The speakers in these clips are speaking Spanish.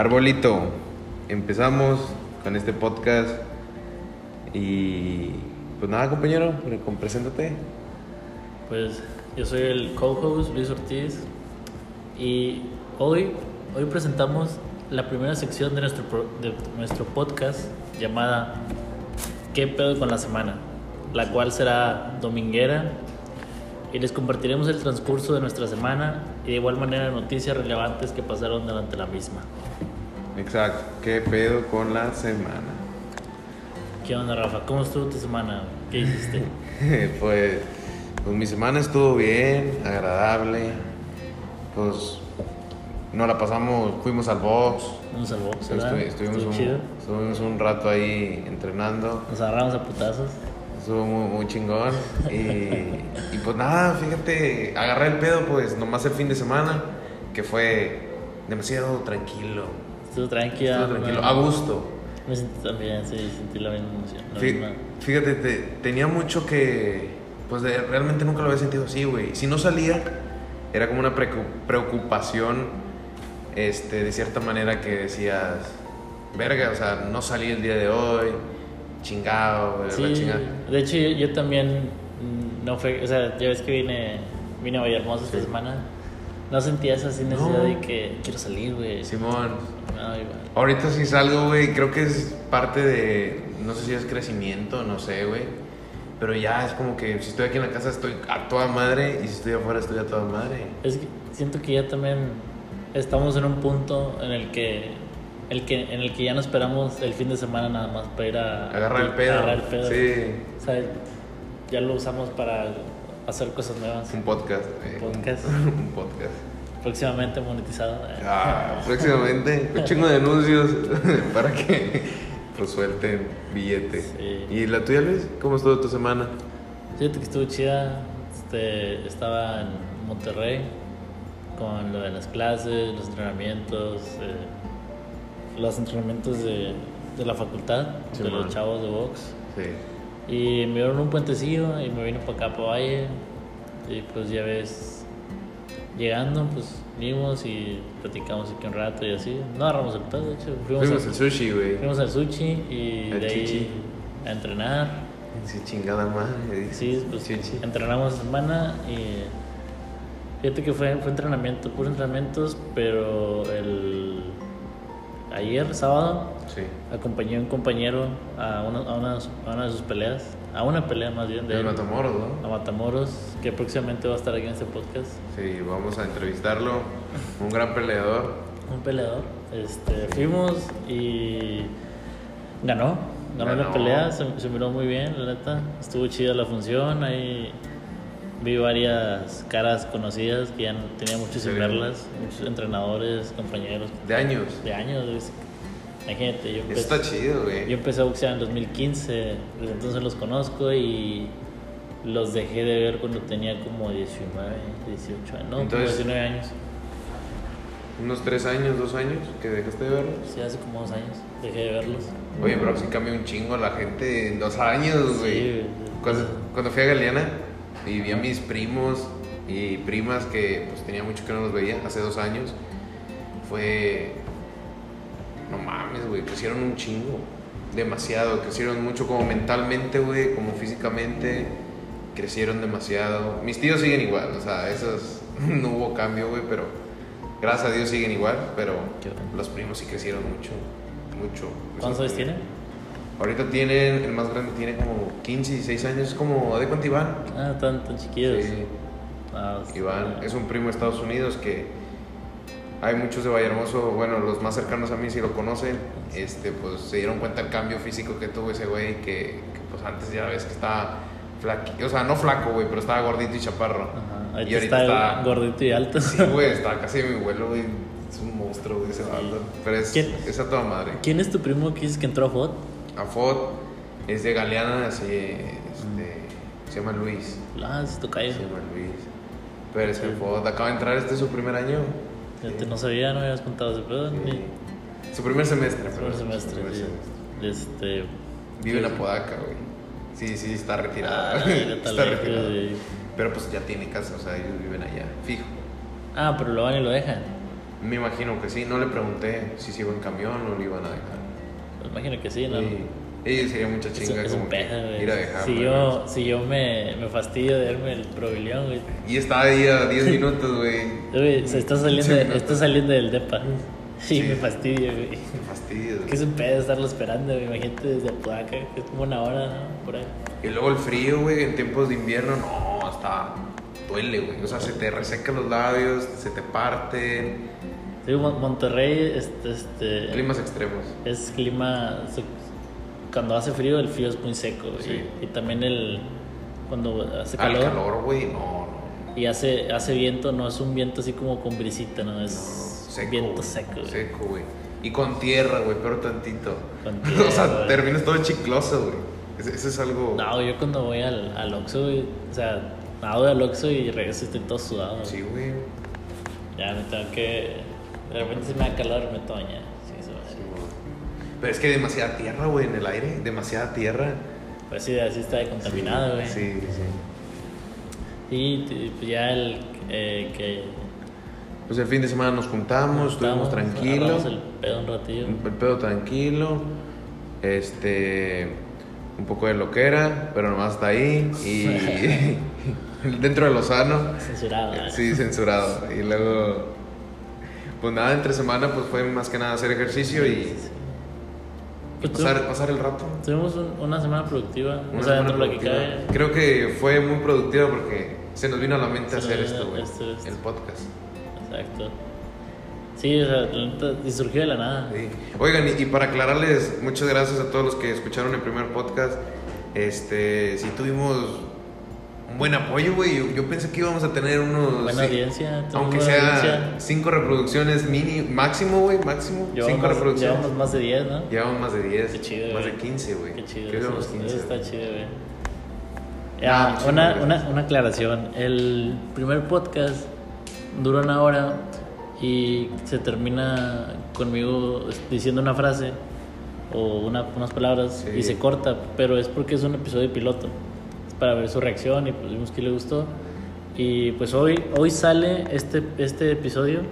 Arbolito, empezamos con este podcast y pues nada, compañero, preséntate. Pues yo soy el co-host Luis Ortiz y hoy presentamos la primera sección de nuestro podcast llamada ¿Qué pedo con la semana?, la cual será dominguera y les compartiremos el transcurso de nuestra semana y de igual manera noticias relevantes que pasaron durante la misma. Exacto, ¿qué pedo con la semana? ¿Qué onda, Rafa? ¿Cómo estuvo tu semana? ¿Qué hiciste? Pues mi semana estuvo bien, agradable. Pues nos la pasamos, fuimos al box. Fuimos al box, ¿verdad? Estuvimos un rato ahí entrenando. Nos agarramos a putazos. Estuvo muy chingón. Y pues nada, fíjate, agarré el pedo pues nomás el fin de semana, que fue demasiado tranquilo. Estuvo tranquilo, a gusto. Me sentí también, sí, sentí la misma emoción. Fíjate, tenía mucho que, pues realmente nunca lo había sentido así, güey. Si no salía, era como una preocupación, de cierta manera que decías, verga, o sea, no salí el día de hoy, chingado, güey, sí, la chingada. De hecho, yo también, no fue, o sea, ya ves que vine a Vallehermoso esta semana. No sentía esa necesidad de que quiero salir, güey. Simón. No, igual. Ahorita sí salgo, güey. Creo que es parte de, no sé si es crecimiento, no sé, güey. Pero ya es como que si estoy aquí en la casa estoy a toda madre y si estoy afuera estoy a toda madre. Es que siento que ya también estamos en un punto en el que ya no esperamos el fin de semana nada más para ir a agarrar el pedo. Sí. O sea, ya lo usamos para hacer cosas nuevas. Un podcast. Un podcast. Un podcast. Próximamente monetizado. Próximamente. Un chingo de anuncios para que pues suelten billetes. Sí. ¿Y la tuya, Luis? ¿Cómo estuvo tu semana? Fíjate que estuvo chida. Estaba en Monterrey con lo de las clases, los entrenamientos de la facultad, sí, de los chavos de box. Sí. Y me dieron un puentecillo y me vine para acá, para Valle. Y pues ya ves, llegando, pues vimos y platicamos aquí un rato y así. No agarramos el pedo, de hecho. Fuimos al sushi, güey. Fuimos al sushi y al de ahí chichi. a entrenar. Sí, chingada madre. Sí, pues chichi. entrenamos esta semana y fíjate que fue entrenamiento, puros entrenamientos, pero ayer, sábado, sí, acompañé a un compañero a una de sus peleas, a una pelea más bien de el Matamoros, ¿no? a Matamoros, que próximamente va a estar aquí en este podcast. Sí, vamos a entrevistarlo, un gran peleador. Un peleador. Fuimos y ganó la pelea, se miró muy bien, la neta. Estuvo chida la función, ahí vi varias caras conocidas que ya tenía mucho sin verlas, muchos entrenadores, compañeros. ¿De años? De años, imagínate. Está chido, güey. Yo empecé a boxear en 2015, desde entonces los conozco y los dejé de ver cuando tenía como 19, 18 años, no, entonces, como 19 años. ¿Unos 3 años, 2 años que dejaste de verlos? Sí, hace como 2 años dejé de verlos. Oye, pero sí cambia un chingo la gente en 2 años, güey. Sí, cuando fui a Galeana y vi a mis primos y primas que pues tenía mucho que no los veía, hace 2 años, fue... No mames, güey, crecieron un chingo, demasiado, crecieron mucho como mentalmente, güey, como físicamente, crecieron demasiado. Mis tíos siguen igual, o sea, esos no hubo cambio, güey, pero gracias a Dios siguen igual, pero los primos sí crecieron mucho. ¿Cuántos años tienen? Ahorita tienen, el más grande tiene como 15, 16 años, es como de cuánto Iván. Ah, tan chiquillos. Sí. Iván es un primo de Estados Unidos que hay muchos de Vallehermoso, bueno, los más cercanos a mí si lo conocen, pues se dieron cuenta del cambio físico que tuvo ese güey, que pues antes ya ves que estaba flaco, o sea, no flaco, güey, pero estaba gordito y chaparro. Ajá. Y ahorita está gordito y alto. Sí, güey, está casi mi abuelo, güey, es un monstruo, güey, ese bando. Pero es a toda madre. ¿Quién es tu primo que dices que entró a FOD? A FOD es de Galeana, se llama Luis. Ah, sí, tocayo. Se llama Luis. Pero es el FOD, acaba de entrar, es su primer año. No sabía, no me habías contado ese pedo. Sí. Su primer semestre. Vive en Apodaca, güey. Sí, está retirado. Está retirado. Pero pues ya tiene casa, o sea, ellos viven allá, fijo. Ah, pero lo van y lo dejan. Me imagino que sí, no le pregunté si se iba en camión o lo iban a dejar. Pues imagino que sí, ¿no? Y sería mucha chinga Es como un pedo, güey. ir a dejarlo. Si yo me fastidio de verme el Provilión, güey. Y está ahí a 10 minutos, güey. Güey, se está saliendo del depa. Sí, me fastidio, güey. Me fastidio. Que es un pedo estarlo esperando, güey. Imagínate desde Apodaca, que es como una hora, ¿no? Por ahí. Y luego el frío, güey, en tiempos de invierno, no, hasta duele, güey. O sea, se te resecan los labios, se te parten. Sí, Monterrey, Climas extremos. es clima. Cuando hace frío, el frío es muy seco, güey. Sí. Y también cuando hace Al calor. calor, güey, no. Y hace viento, no es un viento así como con brisita, ¿no? Es Seco, viento güey, seco, güey. Seco, güey. Y con tierra, güey, pero tantito. Con tierra, O sea, güey. terminas todo chicloso, güey. Eso es algo. No, yo cuando voy al Oxxo, güey, o sea, nado al Oxxo y regreso y estoy todo sudado. Güey. Sí, güey. Ya me tengo que. De repente si me da calor, me toña. Sí, eso va a ser. Sí, güey. Pero es que hay demasiada tierra, güey, en el aire. Demasiada tierra. Pues sí, así está contaminado, güey. Sí, sí. Y pues ya que. Pues el fin de semana nos juntamos, estuvimos tranquilos. Agarramos el pedo un ratillo. El pedo tranquilo. Un poco de loquera, pero nomás hasta ahí. Y dentro de lo sano. Censurado, ¿no? Sí, censurado. Y luego, pues nada, entre semana pues fue más que nada hacer ejercicio y Pues pasar el rato. tuvimos una semana productiva. Una O sea, semana dentro de lo que productiva. cabe. Creo que fue muy productiva porque se nos vino a la mente Se nos hacer vino esto, güey. esto. El podcast. Exacto. Sí, o sea, la neta, y surgió de la nada. Sí. Oigan, y para aclararles, muchas gracias a todos los que escucharon el primer podcast. Sí tuvimos un buen apoyo, güey. Yo pensé que íbamos a tener unos... Buena audiencia. Aunque buena sea audiencia. 5 reproducciones máximo, güey, máximo. 5 reproducciones. Llevamos más de 10, ¿no? Llevamos más de 10. Qué chido, Más güey. de 15, güey. Qué chido. Creo que Eso, llevamos 15. eso está chido, güey. Ah, Ya, chido, una aclaración. El primer podcast dura 1 hora y se termina conmigo diciendo una frase o unas palabras Sí. y se corta, pero es porque es un episodio piloto. Es para ver su reacción y pues vimos que le gustó. Y pues hoy sale este episodio.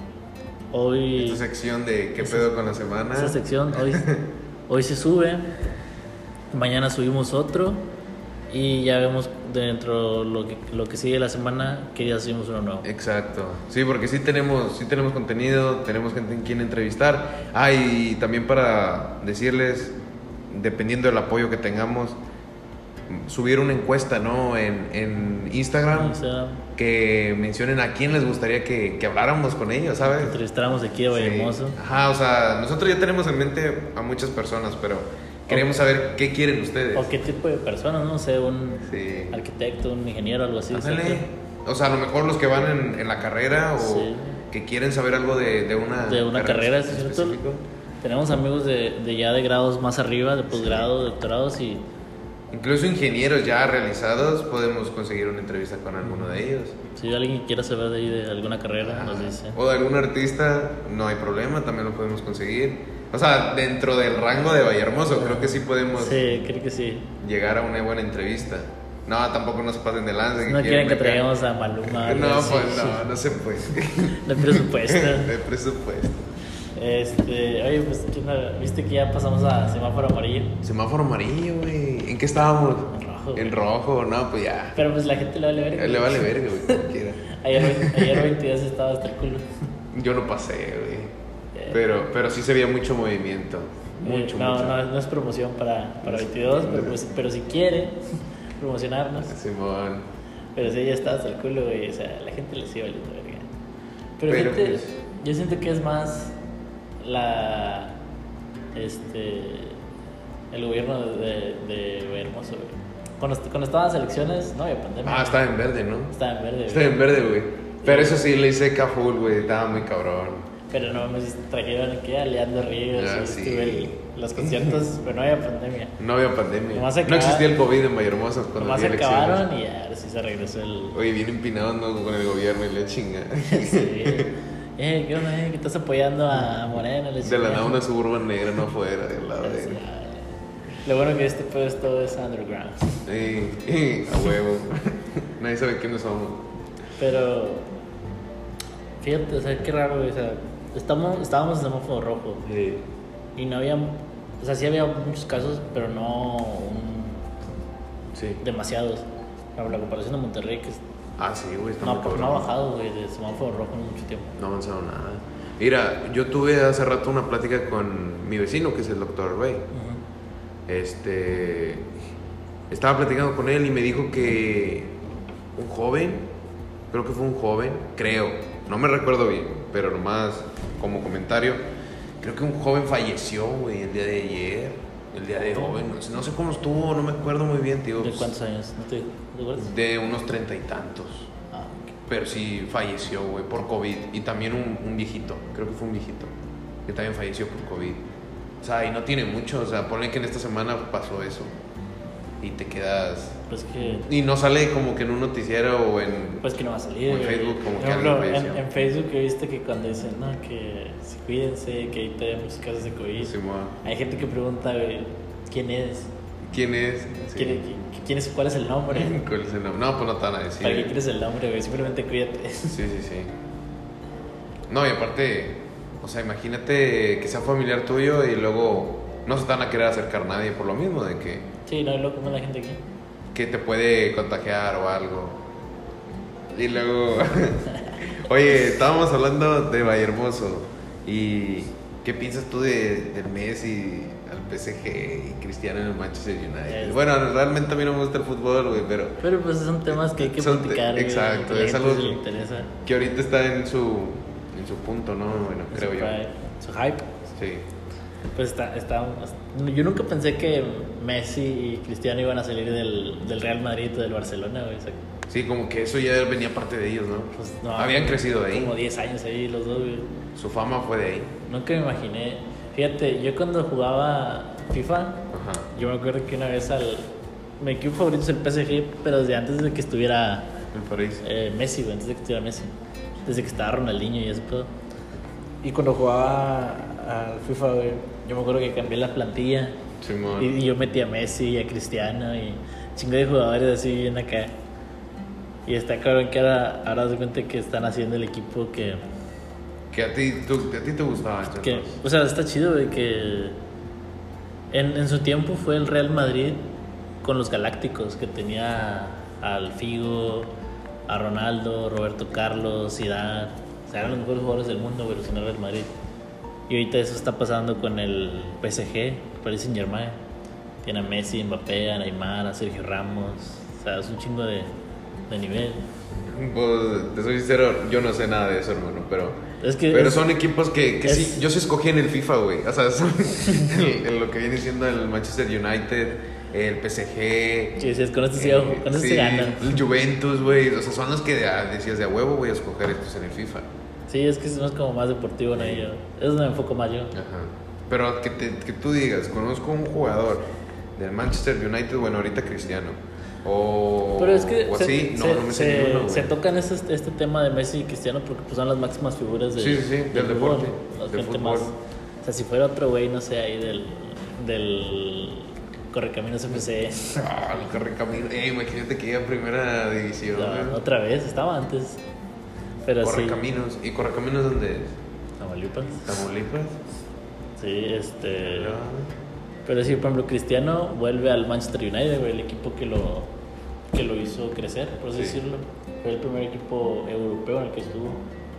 Hoy Esta sección de qué pedo con la semana. esta sección hoy se sube. Mañana subimos otro y ya vemos dentro lo que sigue la semana que ya subimos uno nuevo. Exacto. Sí, porque sí tenemos contenido, tenemos gente en quien entrevistar. Y también para decirles, dependiendo del apoyo que tengamos, subir una encuesta, ¿no? En Instagram, O sea, que mencionen a quién les gustaría que habláramos con ellos, ¿sabes? entrevistáramos aquí a Vallehermoso. Sí. Ajá, o sea, nosotros ya tenemos en mente a muchas personas, pero queremos saber qué quieren ustedes. O qué tipo de personas, no sé, un Sí. arquitecto, un ingeniero, algo así. Ándale. ¿cierto? O sea, a lo mejor los que van en la carrera o Sí. que quieren saber algo de una carrera, en ¿sí, cierto? específico. Tenemos amigos de ya de grados más arriba, de posgrado, de doctorados y Incluso ingenieros ya realizados, podemos conseguir una entrevista con alguno de ellos. si alguien quiera saber de ahí de alguna carrera, nos dice. O de algún artista, no hay problema, también lo podemos conseguir. O sea, dentro del rango de Vallehermoso, creo que sí podemos Sí, creo que sí. llegar a una buena entrevista. No, tampoco nos pasen de lanza. No quieren que meter- traigamos a Maluma. algo No, así. pues no se puede. No hay presupuesto. De presupuesto. Oye, pues, ¿qué onda? ¿Viste que ya pasamos a semáforo amarillo? Semáforo amarillo, güey. ¿En qué estábamos? En rojo, güey. En rojo, no, pues ya. Pero pues la gente le vale verga. Le vale verga, güey, como quiera. Ayer 22 estaba hasta el culo. Yo no pasé, güey. Pero sí se veía mucho movimiento. Mucho, no, mucho. no es promoción para 22, pero si quiere promocionarnos. Simón. Pero sí, ya estaba hasta el culo, güey. O sea, la gente le sigue valiendo verga. Pero Pero, gente, pues, yo siento que es más el gobierno de Hermoso, güey. Cuando estaban las elecciones, no había pandemia. estaba en verde, ¿no? Estaba en verde, Estaba güey. en verde, güey. Pero eso sí, le hice full, güey. Estaba muy cabrón. Pero no me trajeron aquí Aleando Ríos. Ah, y sí. estuve los conciertos, pero no había pandemia. No había pandemia. Nomás No acabaron- existía el COVID en Vallehermoso cuando Nomás había se elecciones. acabaron y ya, ahora sí se regresó el. Oye, bien empinado, ¿no? Con el gobierno y le chinga. Sí. ¿Qué onda? ¿Que estás apoyando a Morena? Le De la decía. nada una suburban negra no afuera, del lado de... Lo bueno que este pues todo es underground. A huevo. Nadie sabe quiénes somos. Pero Fíjate, o sea, qué raro, güey. O sea, estábamos en semáforo rojo. Sí. Y no había. O sea, sí había muchos casos, pero no Sí. demasiados. Pero la comparación de Monterrey, que Sí, güey, está no, muy cabrón. no ha bajado, güey, de semáforo rojo en mucho tiempo. No ha avanzado nada. Mira, yo tuve hace rato una plática con mi vecino, que es el doctor Rey. Estaba platicando con él y me dijo que un joven, creo que fue un joven, no me recuerdo bien, pero nomás como comentario, creo que un joven falleció, güey, el día de ayer, el día de hoy, no sé cómo estuvo, no me acuerdo muy bien, tío. ¿De cuántos años? ¿No te acuerdas? De unos 30 y tantos. Ok. Pero sí falleció, güey, por COVID. Y también un viejito, creo que fue un viejito, que también falleció por COVID. O sea, y no tiene mucho, o sea, ponle que en esta semana pasó eso. Y te quedas... Pues que... Y no sale como que en un noticiero o en... Pues que no va a salir. O en Facebook, como que ejemplo, alguien falleció. en Facebook he visto que cuando dicen, no, que sí, cuídense, que ahí tenemos casos de COVID. Sí, Hay gente que pregunta, güey, ¿quién es? ¿Quién es? Sí. ¿Quién es? ¿Cuál es el nombre? ¿Cuál es el nombre? No, pues no te van a decir. ¿Para qué quieres el nombre, güey? Simplemente cuídate. Sí. No, y aparte, o sea, imagínate que sea familiar tuyo y luego no se te van a querer acercar nadie por lo mismo de que... Sí, no, loco, no la gente aquí. Que te puede contagiar o algo. Y luego... Oye, estábamos hablando de Vallehermoso. ¿Y qué piensas tú del Messi al PSG y Cristiano en el Manchester United? Bueno, realmente a mí no me gusta el fútbol, güey, pero... Pero pues son temas que hay que platicar, güey. Exacto, que a la es gente algo se le interesa. que ahorita está en su punto, ¿no? Bueno, En creo su yo. prime, su hype. Sí. Pues yo nunca pensé que Messi y Cristiano iban a salir del Real Madrid o del Barcelona, güey. O sea, Sí, como que eso ya venía parte de ellos, ¿no? pues no, Habían crecido de ahí. Como 10 años ahí los dos, güey. Su fama fue de ahí. Nunca me imaginé. Fíjate, yo cuando jugaba FIFA, Ajá. yo me acuerdo que una vez mi equipo favorito es el PSG, pero desde antes de que estuviera En París. Messi, güey, antes de que estuviera Messi. Desde que estaba Ronaldinho y eso todo. Y cuando jugaba al FIFA, güey, yo me acuerdo que cambié la plantilla. Simón. Y yo metí a Messi y a Cristiano y chingo de jugadores así bien acá. Y está cabrón que ahora se cuenta que están haciendo el equipo que Que a ti te gustaba entonces. o sea, está chido, güey, que en su tiempo fue el Real Madrid con los Galácticos, que tenía al Figo, a Ronaldo, Roberto Carlos, Zidane. O sea, eran los mejores jugadores del mundo, güey, los en el Real Madrid. Y ahorita eso está pasando con el PSG, Paris Saint-Germain. Tiene a Messi, Mbappé, a Neymar, a Sergio Ramos. O sea, es un chingo de nivel. Pues, te soy sincero, yo no sé nada de eso, hermano, pero Pero son equipos que sí, yo sí escogí en el FIFA, güey. O sea, son en lo que viene siendo el Manchester United, el PSG. Sí, con esto se gana. El Juventus, güey. O sea, son los que decías de a huevo voy a escoger estos en el FIFA. Sí, es que es más como más deportivo, ¿no? Yo, es donde me enfoco más yo. Ajá. Pero que tú digas, conozco un jugador del Manchester United, bueno, ahorita Cristiano. Pero es que o así, no me sé ninguno, güey. se tocan este tema de Messi y Cristiano porque pues, son las máximas figuras Sí, del fútbol, deporte. la Del gente fútbol. más. O sea, si fuera otro güey, no sé, ahí del Correcaminos FC. El Correcaminos. Imagínate que iba a primera división. No, güey. otra vez, estaba antes. Pero Correcaminos. ¿Y Correcaminos dónde es? Tamaulipas. ¿Tamaulipas? Sí, Ya. Pero sí, por ejemplo, Cristiano vuelve al Manchester United, güey, el equipo que lo hizo crecer, por así Sí. decirlo. Fue el primer equipo europeo en el que estuvo.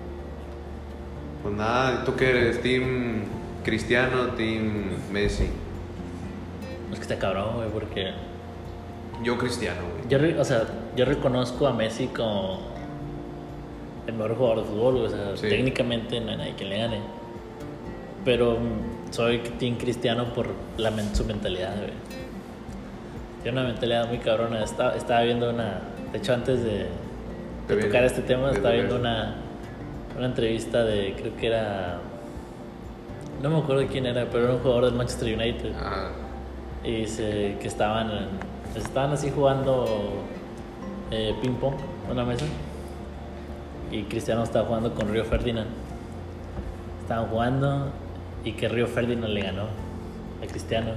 Pues nada, ¿tú qué eres? ¿Team Cristiano, Team Messi? Es que está cabrón, güey, porque Yo Cristiano, güey. yo reconozco a Messi como el mejor jugador de fútbol, o sea, Sí. técnicamente no hay nadie que le gane. Pero soy team Cristiano por su mentalidad, güey. Tiene una mentalidad muy cabrona. Estaba viendo de hecho antes de tocar este tema, estaba viendo una entrevista de, creo que era, no me acuerdo de quién era, pero era un jugador del Manchester United. Ah, Y dice que estaban así jugando ping pong en una mesa. Y Cristiano estaba jugando con Río Ferdinand. Estaban jugando y que Río Ferdinand le ganó a Cristiano.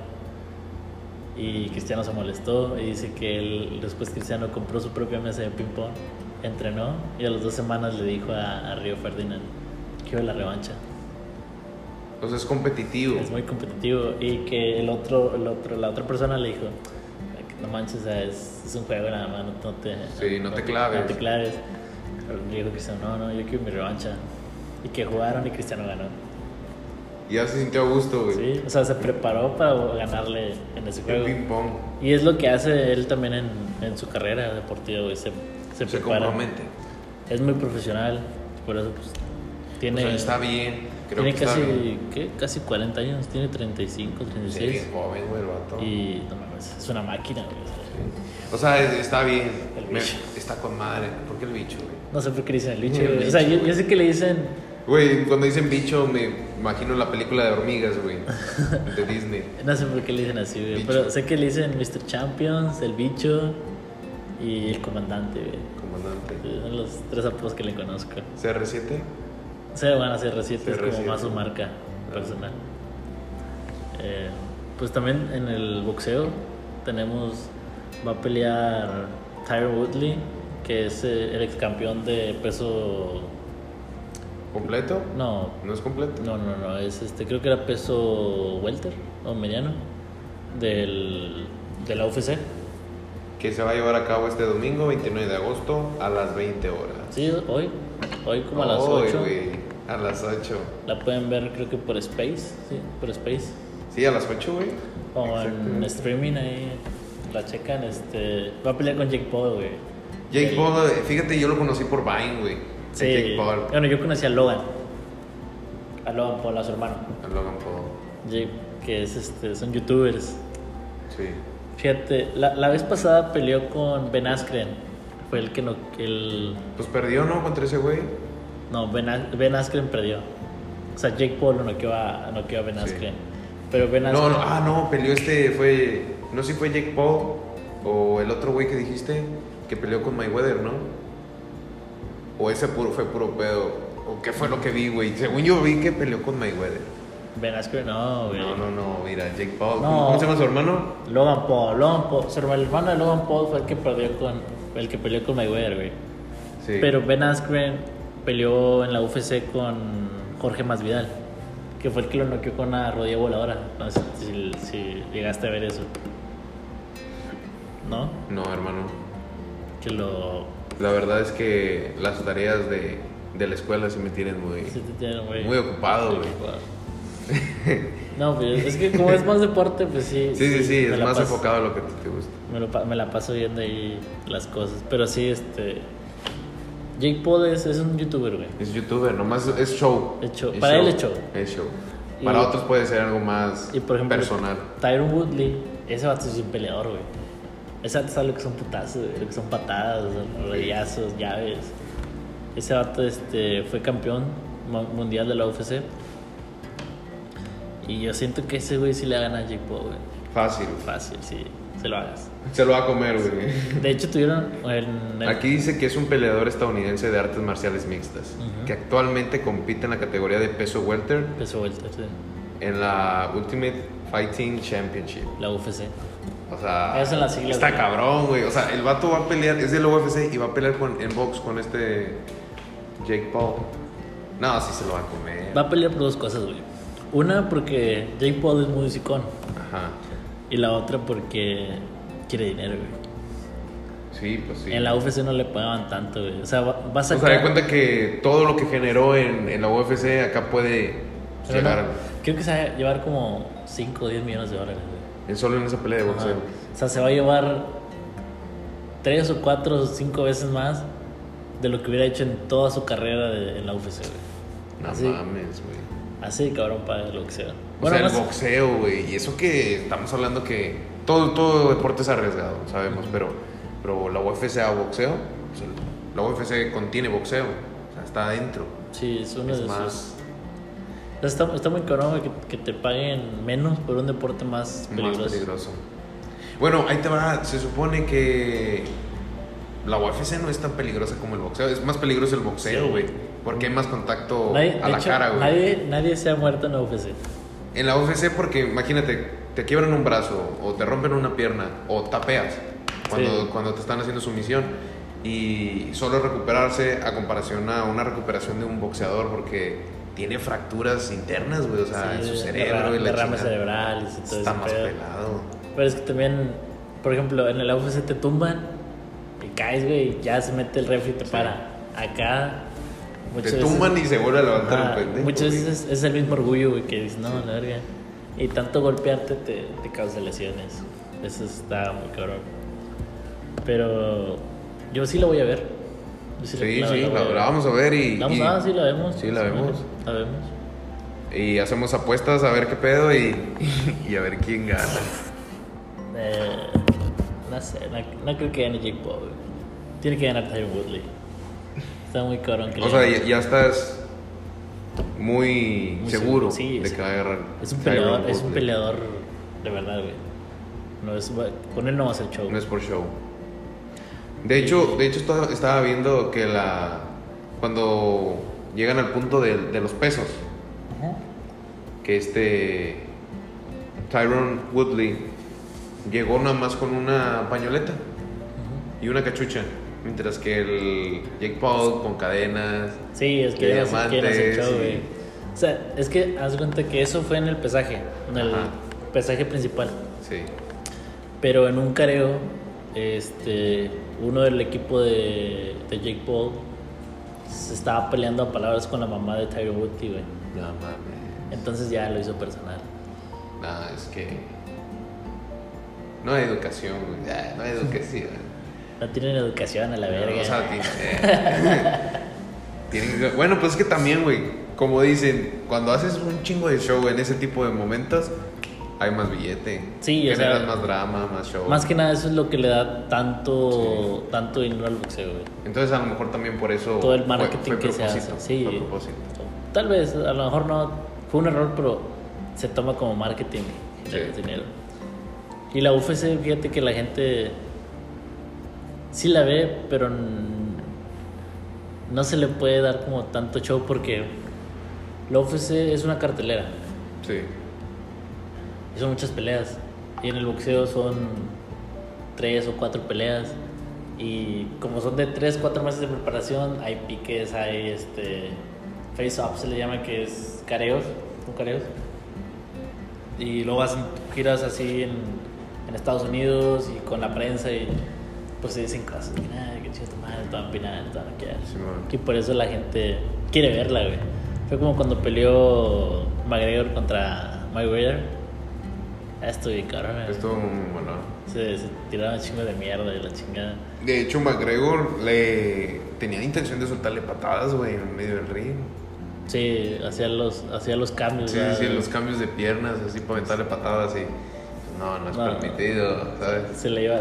Y Cristiano se molestó y dice que después Cristiano compró su propia mesa de ping pong entrenó y a las 2 semanas le dijo a Río Ferdinand que iba a la revancha. O sea, es competitivo. Es muy competitivo y que la otra persona le dijo, no manches, o sea, es un juego nada más, no te claves. No te claves. Pero le dijo Cristiano, no, yo quiero mi revancha. Y que jugaron y Cristiano ganó. Y ya se sintió a gusto, güey. Sí, o sea, se preparó para ganarle en ese juego. El ping pong. Y es lo que hace él también en su carrera deportiva, güey. Se prepara. Compromete. Es muy profesional, por eso pues tiene... O sea, está bien. Creo tiene que casi, está bien. ¿qué? Casi 40 años, tiene 35, 36. Sí, bien joven, güey, el vato. Y no mames, es una máquina, güey. O sea, está bien. El bicho. Está con madre. ¿Por qué el bicho, güey? No sé por qué le dicen el bicho, El güey. bicho, O sea, yo güey. sé que le dicen... Güey, cuando dicen bicho me imagino la película de hormigas, güey. De Disney. No sé por qué le dicen así, güey. Bicho. Pero sé que le dicen Mr. Champions, el bicho y el comandante, güey. Comandante. Son los 3 apodos que le conozco. ¿CR7? O sea, bueno, CR7 es como CR7. más su marca personal. Pues también en el boxeo va a pelear Tyron Woodley, que es el ex campeón de peso... ¿Completo? No, ¿No es completo? no, es creo que era peso welter o mediano de la UFC. Que se va a llevar a cabo este domingo, 29 de agosto, a las 20 horas. Sí, hoy como a las Hoy, 8. güey, a las 8. La pueden ver creo que por Space, por Space. Sí, a las 8, güey. O en Exactamente. streaming ahí la checan, va a pelear con Jake Paul, güey. Jake Paul, fíjate, yo lo conocí por Vine, güey. Sí. Jake Paul. Bueno, yo conocí a Logan Paul, a su hermano. A Logan Paul. Jake, que son youtubers. Sí. Fíjate, la vez pasada peleó con Ben Askren. Fue el que no. Pues perdió, ¿no? Contra ese güey. No, Ben Askren perdió. O sea, Jake Paul lo noqueó a Ben Askren. Pero Ben Askren. No, peleó no sé si fue Jake Paul o el otro güey que dijiste que peleó con Mayweather, ¿no? O ese fue puro pedo. ¿O qué fue lo que vi, güey? Según yo vi que peleó con Mayweather. Ben Askren no, güey. No, mira, Jake Paul. No. ¿Cómo se llama su hermano? Logan Paul. El hermano de Logan Paul fue el que peleó con Mayweather, güey. Sí. Pero Ben Askren peleó en la UFC con Jorge Masvidal, que fue el que lo noqueó con una rodilla voladora. No sé si llegaste a ver eso. ¿No? No, hermano. Que lo... La verdad es que las tareas de la escuela se me tienen Sí, te tienen muy ocupado, güey. No, pues es que como es más deporte, pues sí. Sí, me es la más paso- enfocado a lo que te gusta. Me la paso viendo ahí las cosas. Pero sí, Jake Paul es un youtuber, güey. Es youtuber, nomás es show. Para él es show. Es show. Y- Para otros puede ser algo más Y por ejemplo, personal. Tyron Woodley, ese vato es un peleador, güey. Ese vato sabe lo que son putazos, güey, lo que son patadas, rodillazos, llaves. Ese vato fue campeón mundial de la UFC. Y yo siento que ese güey sí le gana a Jake Paul, güey. Fácil. Fácil, sí, se lo hagas. Se lo va a comer, güey. De hecho, tuvieron en Aquí dice que es un peleador estadounidense de artes marciales mixtas, Ujú. que actualmente compite en la categoría de peso welter peso welter, sí, en la Ultimate Fighting Championship. la UFC. O sea, Esas son las siglas, está güey. cabrón, güey. O sea, el vato va a pelear, es de la UFC y va a pelear en box con Jake Paul. No, sí se lo va a comer. Va a pelear por 2 cosas, güey. Una, porque Jake Paul es muy musicón. Ajá. Y la otra, porque quiere dinero, güey. Sí, pues sí. En la UFC no le pagaban tanto, güey. O sea, va a O sea, sacar... de cuenta que todo lo que generó en la UFC acá puede Pero llegar no, creo que se va a llevar como 5 o 10 millones de dólares, güey. solo en esa pelea de boxeo. Ajá. O sea, se va a llevar 3 o 4 o 5 veces más de lo que hubiera hecho en toda su carrera en la UFC, güey. No Así, mames, güey. así de cabrón para el boxeo. O sea, el boxeo, güey. Y eso que estamos hablando que todo deporte es arriesgado, sabemos. Pero la UFC a boxeo, pues la UFC contiene boxeo. O sea, está adentro. Sí, es uno Es de más, esos... Está muy cabrón, güey, que te paguen menos por un deporte más peligroso. más peligroso. Bueno, ahí te va. Se supone que la UFC no es tan peligrosa como el boxeo. Es más peligroso el boxeo, Sí. güey. Porque hay más contacto De a la hecho, cara, güey. nadie se ha muerto en la UFC. En la UFC porque, imagínate, te quiebran un brazo o te rompen una pierna o tapeas Sí. cuando te están haciendo sumisión. y solo recuperarse a comparación a una recuperación de un boxeador, porque tiene fracturas internas, güey, o sea, en su cerebro y la derrame chingada. cerebral y todo Está ese más pedo. pelado. Pero es que también, por ejemplo, en el UFC te tumban y caes, güey, y ya se mete el refri y te para. Acá muchas Te veces- tumban y se vuelve a levantar Ajá, el pendejo. muchas güey. veces es el mismo orgullo, güey, que dices, no, la verga. Y tanto golpearte te causa lesiones. Eso está muy cabrón. Pero yo sí la voy a ver. Yo Sí, voy a la ver. vamos a ver y... Vamos, y- sí la vemos. Sí, la vemos. La vemos. Y hacemos apuestas a ver qué pedo y a ver quién gana. No sé, no creo que gane Jake Paul, güey. Tiene que ganar Tyron Woodley. Está muy cabrón que O le sea, gane. ya estás muy Muy seguro sí, de sí. que va a agarrar. Es un Tyron peleador, es un Woodley. peleador de verdad, güey. No es, con él no va a ser show. No es por show. De hecho estaba viendo que cuando llegan al punto de los pesos, Ajá. que Tyron Woodley llegó nada más con una pañoleta y una cachucha, mientras que el Jake Paul con cadenas. Sí, es que de ya no se quieren hacer show, diamantes, güey. y- O sea, es que haz cuenta que eso fue en el pesaje, en el Ajá. pesaje principal. Sí. Pero en un careo, uno del equipo de Jake Paul se estaba peleando a palabras con la mamá de Tyron Woodley, güey. No mames. Entonces ya lo hizo personal. No, es que no hay educación, güey. No hay educación. No tienen educación a la verga. O sea, bueno, pues es que también, güey, como dicen, cuando haces un chingo de show en ese tipo de momentos, hay más billete. Sí, o generas sea, más drama, más show. Más que nada eso es lo que le da tanto dinero al boxeo, güey. Entonces, a lo mejor también por eso. Todo el marketing fue que se hace. propósito, Sí. fue propósito. Tal vez, a lo mejor no, fue un error, pero se toma como marketing Sí. el dinero. Y la UFC, fíjate que la gente sí la ve, pero no se le puede dar como tanto show porque la UFC es una cartelera Sí. y son muchas peleas. Y en el boxeo son 3 o 4 peleas. Y como son de 3 o 4 meses de preparación, hay piques, hay face-off, se le llama, que es careos, son careos. Y luego hacen giras así en Estados Unidos y con la prensa y pues se dicen cosas que nada, que chido tu madre, te van a empinar, te van a quedar. Sí, man. Y por eso la gente quiere verla, güey. Fue como cuando peleó McGregor contra Mayweather. Esto bien cabrón, güey. Estuvo muy bueno. Se tiraron un chingo de mierda y la chingada. De hecho, McGregor tenía intención de soltarle patadas, güey, en medio del ring. Sí, hacía los cambios. Sí, ¿verdad? sí, los cambios de piernas, así para aventarle patadas y. No es No. permitido, ¿sabes? Se le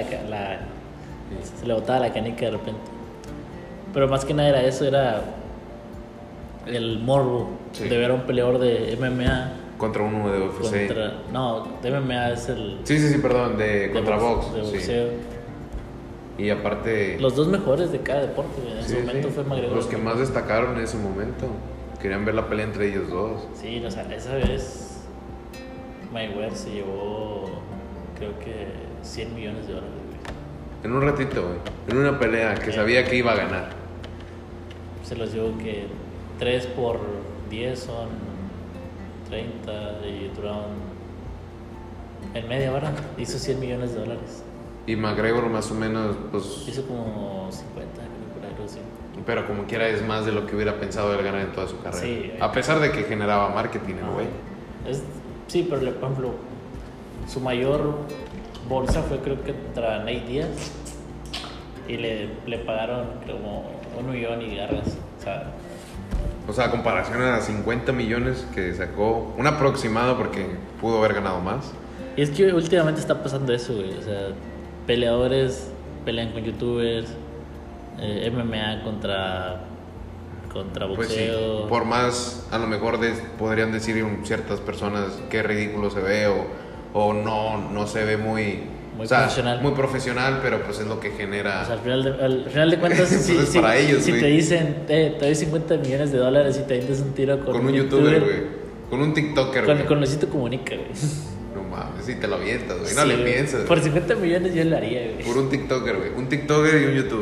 botaba la canica de repente. Pero más que nada era eso, era el morbo Sí. de ver a un peleador de MMA Contra uno de UFC. no, de MMA es el Sí, perdón, contra box. de sí. boxeo. Y aparte. Los dos mejores de cada deporte, güey. En sí, ese momento sí, fue McGregor. los que más destacaron en ese momento. Querían ver la pelea entre ellos dos. Sí, o sea, esa vez Mayweather se llevó, creo que $100 millones, güey. En un ratito, güey. En una pelea que sabía que iba a ganar. Se los llevó que 3 por 10 son 30 y duraron en media hora. Hizo $100 millones. Y McGregor más o menos, pues. Hizo como 50, creo, por ahí, algo así. Pero como quiera es más de lo que hubiera pensado él ganar en toda su carrera. Sí, a pesar de que generaba marketing el güey. Sí, pero por ejemplo, su mayor bolsa fue creo que contra Nate Diaz y le pagaron como 1 millón y garras. O sea, a comparación a 50 millones que sacó, un aproximado porque pudo haber ganado más. Y es que últimamente está pasando eso, güey. O sea, peleadores pelean con youtubers, MMA contra Pues sí, boxeo. por más, a lo mejor podrían decir ciertas personas que ridículo se ve o no se ve muy profesional. Muy profesional, pero pues es lo que genera. O sea, al final de cuentas, Entonces, para ellos, si güey. te dicen, te doy $50 millones y te dices un tiro con un youtuber, güey. Con un TikToker, güey. Con Luisito Comunica, güey. No mames, si te lo avientas, güey. No Sí, le güey. piensas. Por $50 millones yo lo haría, güey. Por un TikToker, güey. Un TikToker y un youtuber.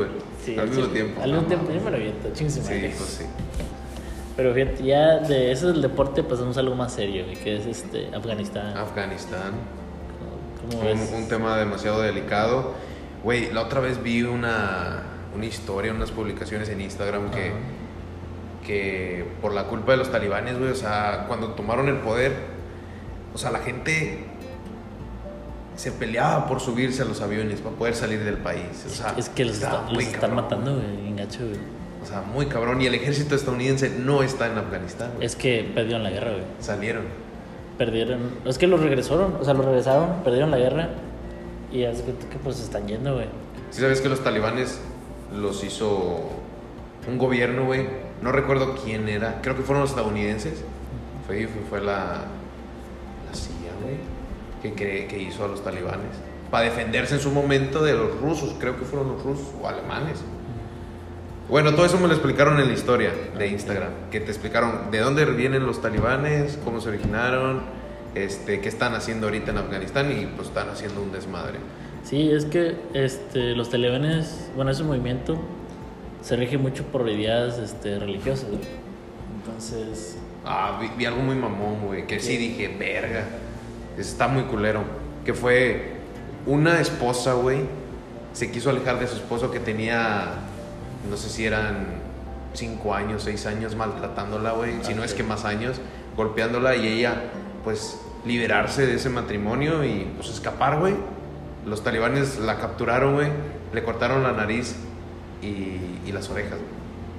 Sí, al mismo tiempo. Al mismo tiempo, yo me lo aviento, chingos. Sí, pues sí. Pero fíjate, ya de eso del deporte pasamos a algo más serio, güey, que es Afganistán. Afganistán. ¿Cómo ves? Un tema demasiado delicado. Güey, la otra vez vi una historia, unas publicaciones en Instagram que por la culpa de los talibanes, güey, o sea, cuando tomaron el poder, o sea, la gente se peleaba por subirse a los aviones para poder salir del país. O sea, es que los están matando, güey, engacho, güey. O sea, muy cabrón. Y el ejército estadounidense no está en Afganistán, güey. Es que perdieron la guerra, güey. Salieron. Perdieron. Es que los regresaron, perdieron la guerra. Y hace que pues se están yendo, güey. ¿Sí sabes que los talibanes los hizo un gobierno, güey? No recuerdo quién era. Creo que fueron los estadounidenses. Fue la CIA, güey, que hizo a los talibanes para defenderse en su momento de los rusos. Creo que fueron los rusos o alemanes. Bueno, todo eso me lo explicaron en la historia de Instagram, que te explicaron de dónde vienen los talibanes, cómo se originaron, qué están haciendo ahorita en Afganistán, y pues están haciendo un desmadre. Sí, es que los talibanes, bueno, ese movimiento se rige mucho por ideas religiosas, güey. Entonces... Vi algo muy mamón, güey, que sí dije, verga, está muy culero. Que fue una esposa, güey, se quiso alejar de su esposo que tenía, no sé si eran 5 años, 6 años maltratándola, güey, si no es que más años, golpeándola, y ella, pues, liberarse de ese matrimonio y, pues, escapar, güey. Los talibanes la capturaron, güey, le cortaron la nariz y las orejas, güey.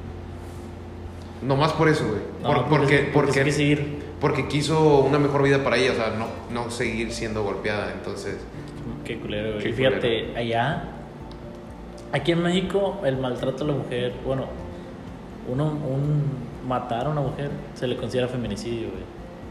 Nomás por eso, güey. No, porque quiso una mejor vida para ella, o sea, no seguir siendo golpeada, entonces... Qué culero, güey. Y fíjate, allá, aquí en México, el maltrato a la mujer, bueno, matar a una mujer se le considera feminicidio, güey.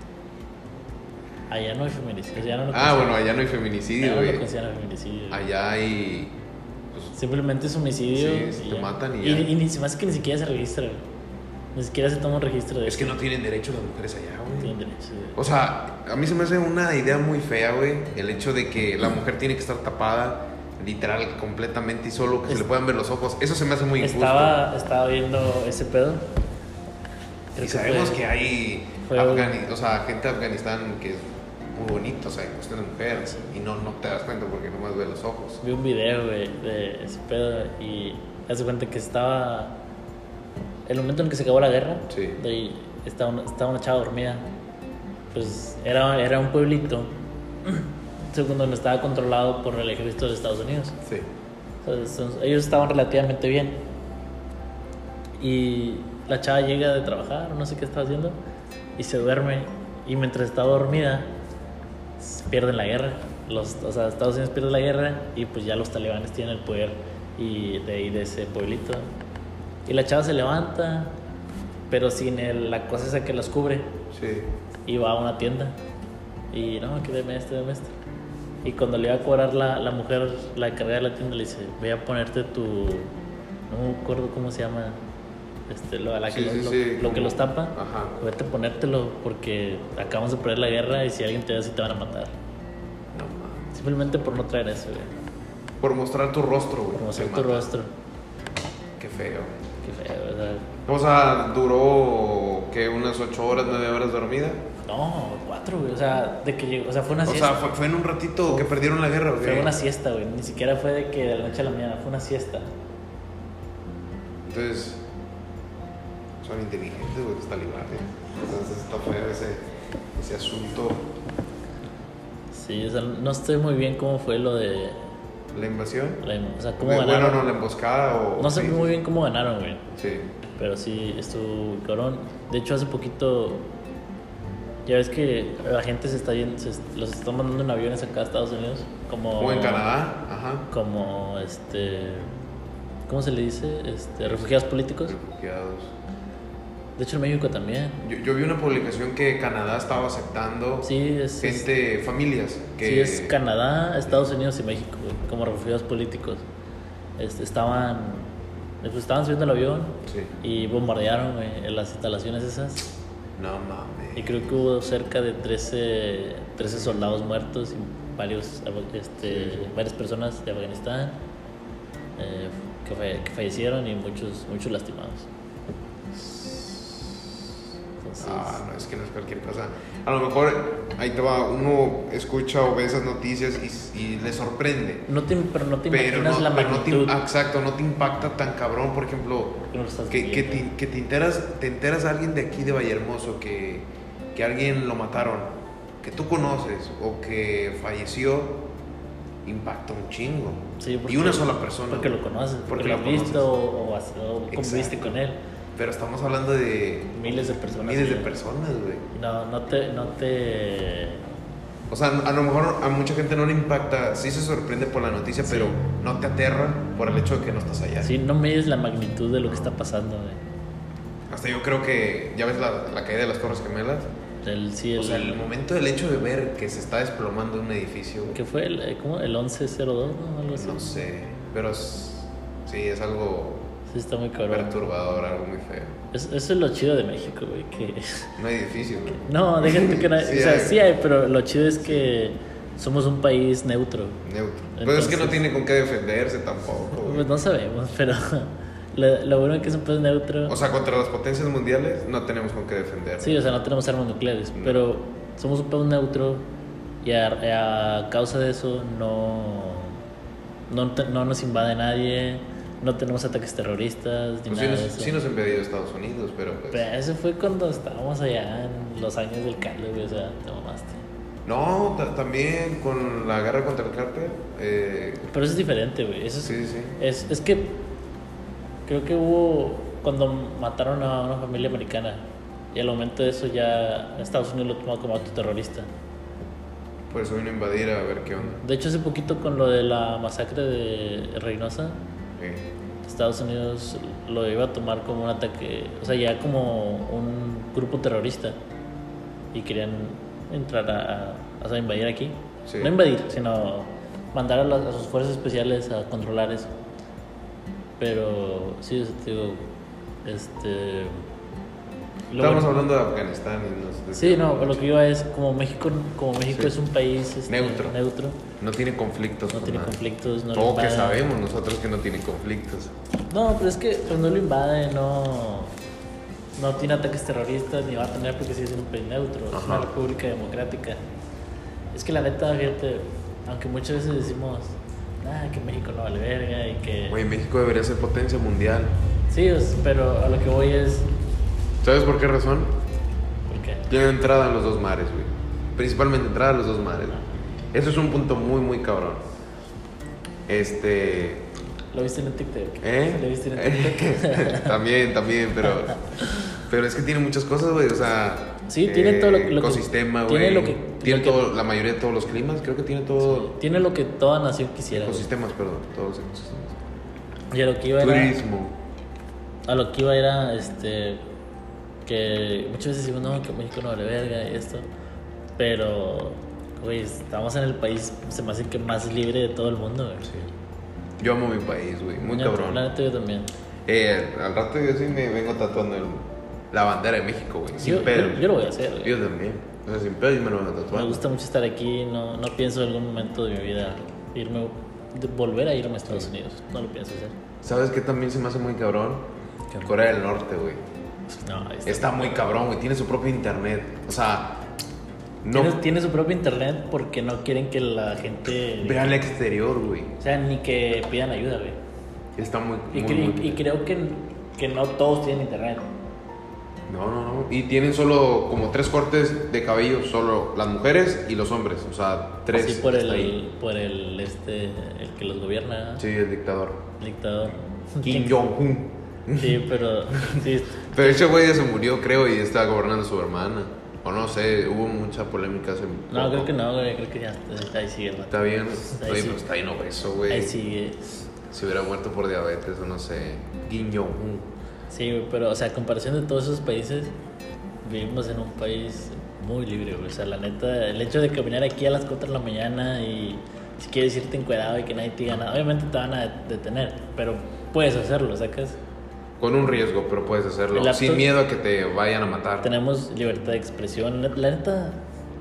Allá no hay feminicidio. Bueno, allá no hay feminicidio, güey. Allá no lo consideran feminicidio. Allá hay... Pues, simplemente es homicidio. Sí, te matan y ya. Y se me hace que ni siquiera se registra, güey. Ni siquiera se toma un registro de eso. Es que no tienen derecho las mujeres allá, güey. No tienen derecho, güey. O sea, a mí se me hace una idea muy fea, güey. El hecho de que la mujer tiene que estar tapada, literal, completamente, y solo que se le puedan ver los ojos. Eso se me hace muy injusto. Estaba viendo ese pedo. Y sabemos que hay gente de Afganistán que es muy bonito, o sea, en cuestión de mujeres. Y no te das cuenta porque nomás ves los ojos. Vi un video, güey, de ese pedo y hace cuenta que estaba... El momento en que se acabó la guerra, sí. De ahí estaba una chava dormida. Pues era un pueblito, según donde estaba controlado por el ejército de Estados Unidos. Sí. Entonces, ellos estaban relativamente bien. Y la chava llega de trabajar, no sé qué estaba haciendo, y se duerme. Y mientras estaba dormida, pierden la guerra. Estados Unidos pierde la guerra y pues ya los talibanes tienen el poder y de ese pueblito. Y la chava se levanta, pero sin la cosa esa que los cubre. Sí. Y va a una tienda. Y no, que deme esto. Y cuando le iba a cobrar la mujer, la encargada de la tienda, le dice, voy a ponerte tu... No me acuerdo cómo se llama. Lo que los tapa. Ajá. Vete a ponértelo porque acabamos de perder la guerra y si alguien te ve así te van a matar. No mames. Simplemente por no traer eso, güey. Por mostrar tu rostro, güey. Por mostrar tu rostro. Qué feo. Qué feo, ¿verdad? O sea, duró, ¿qué? ¿Unas 8 horas, 9 horas dormida? No, 4, güey. O sea, de que llegó. O sea, fue una siesta. O sea, fue en un ratito que perdieron la guerra, güey. Fue una siesta, güey. Ni siquiera fue de que de la noche a la mañana. Fue una siesta. Entonces, son inteligentes, güey, los talibanes. Entonces está feo ese asunto. Sí, o sea, no estoy muy bien cómo fue lo de... ¿La invasión? O sea, cómo ganaron. Bueno, no, la emboscada o... No sé muy bien cómo ganaron, güey. Sí. Pero sí, estuvo cabrón. De hecho, hace poquito... Ya ves que la gente se está yendo... Los están mandando en aviones acá a Estados Unidos. O en Canadá, ajá. Como, ¿cómo se le dice? Refugiados políticos. Refugiados. De hecho, en México también. Yo vi una publicación que Canadá estaba aceptando familias. Que... Sí, es Canadá, Estados Unidos y México, güey, como refugiados políticos. Estaban subiendo el avión, sí, y bombardearon, güey, en las instalaciones esas. No mames. Y creo que hubo cerca de 13 soldados muertos y varias personas de Afganistán. que fallecieron y muchos lastimados. Entonces, No, es que no es cualquier cosa. A lo mejor, ahí te va, uno escucha o ve esas noticias y le sorprende. pero no te imaginas la magnitud. Exacto, no te impacta tan cabrón. Por ejemplo, que te enteras a alguien de aquí de Vallehermoso que alguien lo mataron, que tú conoces o que falleció, impacta un chingo. Sí, y una sola persona. Porque lo conoces, porque lo has visto o conviviste con él. Pero estamos hablando de miles de personas. Miles de personas, güey. No te... O sea, a lo mejor a mucha gente no le impacta, sí se sorprende por la noticia, pero no te aterra por el hecho de que no estás allá. Sí, no mides la magnitud de lo que está pasando, güey. Hasta yo creo que, ¿ya ves la caída de las Torres Gemelas? El momento del hecho de ver que se está desplomando un edificio. ¿Qué fue? ¿El 1102? ¿No? Algo así. No sé, pero sí, es algo... Sí, está muy cabrón. Perturbador, algo muy feo. Eso es lo chido de México, güey. Que... No hay edificios, güey. No, déjate que no hay. Sí, o sea, sí hay, pero lo chido es que somos un país neutro. Pues es que no tiene con qué defenderse tampoco, güey. Pues no sabemos, pero lo bueno es que es un país neutro. O sea, contra las potencias mundiales no tenemos con qué defender. Sí, o sea, no tenemos armas nucleares, pero somos un país neutro y a causa de eso no nos invade nadie. No tenemos ataques terroristas ni pues nada de eso. Sí nos ha invadido Estados Unidos, pero pues... Pero eso fue cuando estábamos allá en los años del Cali, güey, o sea, te mamaste. No, también con la guerra contra el cártel. Pero eso es diferente, güey. Sí. Es que creo que hubo cuando mataron a una familia americana y al momento de eso ya Estados Unidos lo tomó como acto terrorista. Por eso vino a invadir a ver qué onda. De hecho, hace poquito con lo de la masacre de Reynosa, Estados Unidos lo iba a tomar como un ataque, o sea, ya como un grupo terrorista y querían entrar a invadir aquí. Sí. No invadir, sino mandar a sus fuerzas especiales a controlar eso. Pero sí, digo, Estamos hablando de Afganistán y nos... Sí, no, lo que iba es como México sí. Es un país neutro. No tiene conflictos. No tiene conflictos. No o que sabemos nosotros que no tiene conflictos. No, pero es que pues no lo invade, no tiene ataques terroristas ni va a tener porque sigue siendo un país neutro. Ajá. Es una república democrática. Es que la neta, fíjate, aunque muchas veces decimos que México no vale verga y que... Oye, México debería ser potencia mundial. Sí, pero a lo que voy es... ¿Sabes por qué razón? ¿Por qué? Tiene entrada a los dos mares, güey. Principalmente entrada a los dos mares. Eso es un punto muy, muy cabrón. ¿Lo viste en el TikTok? ¿Lo viste en el TikTok? también, pero es que tiene muchas cosas, güey. O sea, sí, tiene todo lo ecosistema, güey. Tiene todo, la mayoría de todos los climas. Creo que tiene todo. Sí, tiene lo que toda nación quisiera. Ecosistemas, perdón. Todos los ecosistemas. Y a lo que iba turismo. A lo que iba era que muchas veces decimos, no, que México no vale verga y esto. Pero, güey, estamos en el país, se me hace que más libre de todo el mundo, güey. Sí. Yo amo mi país, güey. Muy cabrón. La neta, yo también. Al rato yo sí me vengo tatuando la bandera de México, güey. Sin pedo. Yo lo voy a hacer, güey. Yo también. O sea, sin pedo y me lo vengo tatuando. Me gusta mucho estar aquí. No pienso en algún momento de mi vida volver a irme a Estados Unidos. No lo pienso hacer. ¿Sabes qué también se me hace muy cabrón? Corea del Norte, güey. No, está muy cabrón, güey. Tiene su propio internet. O sea, tiene su propio internet porque no quieren que la gente vea al exterior, güey. O sea, ni que pidan ayuda, güey. Está muy y creo que no todos tienen internet. No. Y tienen solo como 3 cortes de cabello, solo las mujeres y los hombres. O sea, 3. Así por el que los gobierna. Sí, el dictador. Kim Jong-un. Sí, pero... Sí. Pero ese güey ya se murió, creo, y está gobernando su hermana. O no sé, hubo mucha polémica hace No, creo que no, güey. Creo que ya ahí sigue. Está bien. Oye, pero está bien obeso, güey. Ahí sigue. Si hubiera muerto por diabetes o no sé. Kim Jong-un. Sí, güey, pero, o sea, a comparación de todos esos países, vivimos en un país muy libre, güey. O sea, la neta, el hecho de caminar aquí a las 4 de la mañana y si quieres irte encuerado y que nadie te diga nada, obviamente te van a detener, pero puedes hacerlo, ¿sacas? Con un riesgo, pero puedes hacerlo. Sin miedo a que te vayan a matar. Tenemos libertad de expresión. La neta,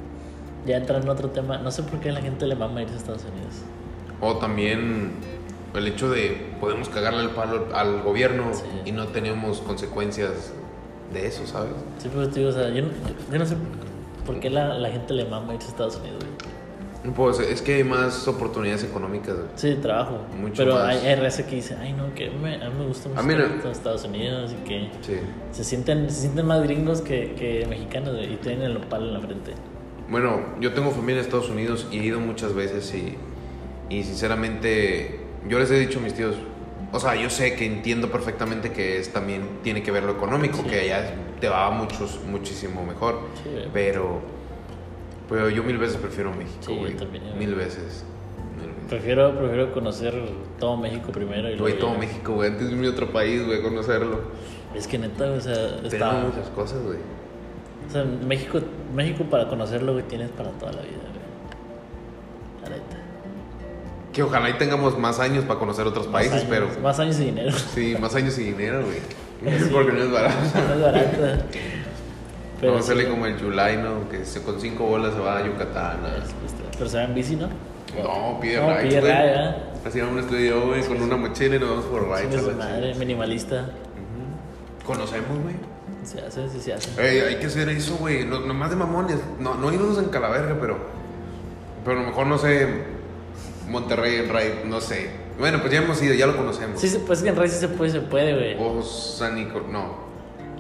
ya entra en otro tema. No sé por qué a la gente le mama irse a Estados Unidos. O también El hecho de podemos cagarle el palo al gobierno Sí. y no tenemos consecuencias de eso, ¿sabes? Sí, pues te digo, o sea, yo no sé por qué la gente le mama irse a Estados Unidos, güey. Pues es que hay más oportunidades económicas, güey. Sí, trabajo. Mucho pero más. hay raza que dice, ay, no, que a mí me gusta mucho A mí no. estar en Estados Unidos y que Sí. se sienten más gringos que mexicanos, güey, y tienen el opal en la frente. Bueno, yo tengo familia en Estados Unidos y he ido muchas veces y sinceramente yo les he dicho a mis tíos, o sea, yo sé que entiendo perfectamente que es también tiene que ver lo económico, Sí. que allá te va muchísimo mejor, Sí, güey. pero yo mil veces prefiero México, Sí, yo güey. también, güey. Mil veces. Prefiero conocer todo México primero y Güey, luego todo ya. México, güey, antes de irme a otro país, güey, conocerlo. Es que neta, o sea, Tenemos muchas cosas, güey. O sea, México para conocerlo, güey, tienes para toda la vida, güey. La neta. Que ojalá y tengamos más años para conocer otros países, Más años, pero más años y dinero. sí, más años y dinero, güey. Pero sí. Porque no es barato. No es barato. Pero Vamos a hacerle sí, como el July, ¿no? Que con 5 bolas se va a Yucatán. Pero se va en bici, ¿no? No, pide No, rides, pide güey. ride, ¿verdad? Así vamos a un estudio, güey, con una mochila y nos vamos por rides. Chingue a su la madre, chingada. minimalista. Ujú. Conocemos, güey. Se hace, sí se hace. Hay que hacer eso, güey. No, nomás de mamones. No irnos en Calaverga, pero a lo mejor, no sé, Monterrey en ride, no sé. Bueno, pues ya hemos ido, ya lo conocemos. Sí, pues que en Rey sí se puede, güey. O San Nicolás, no.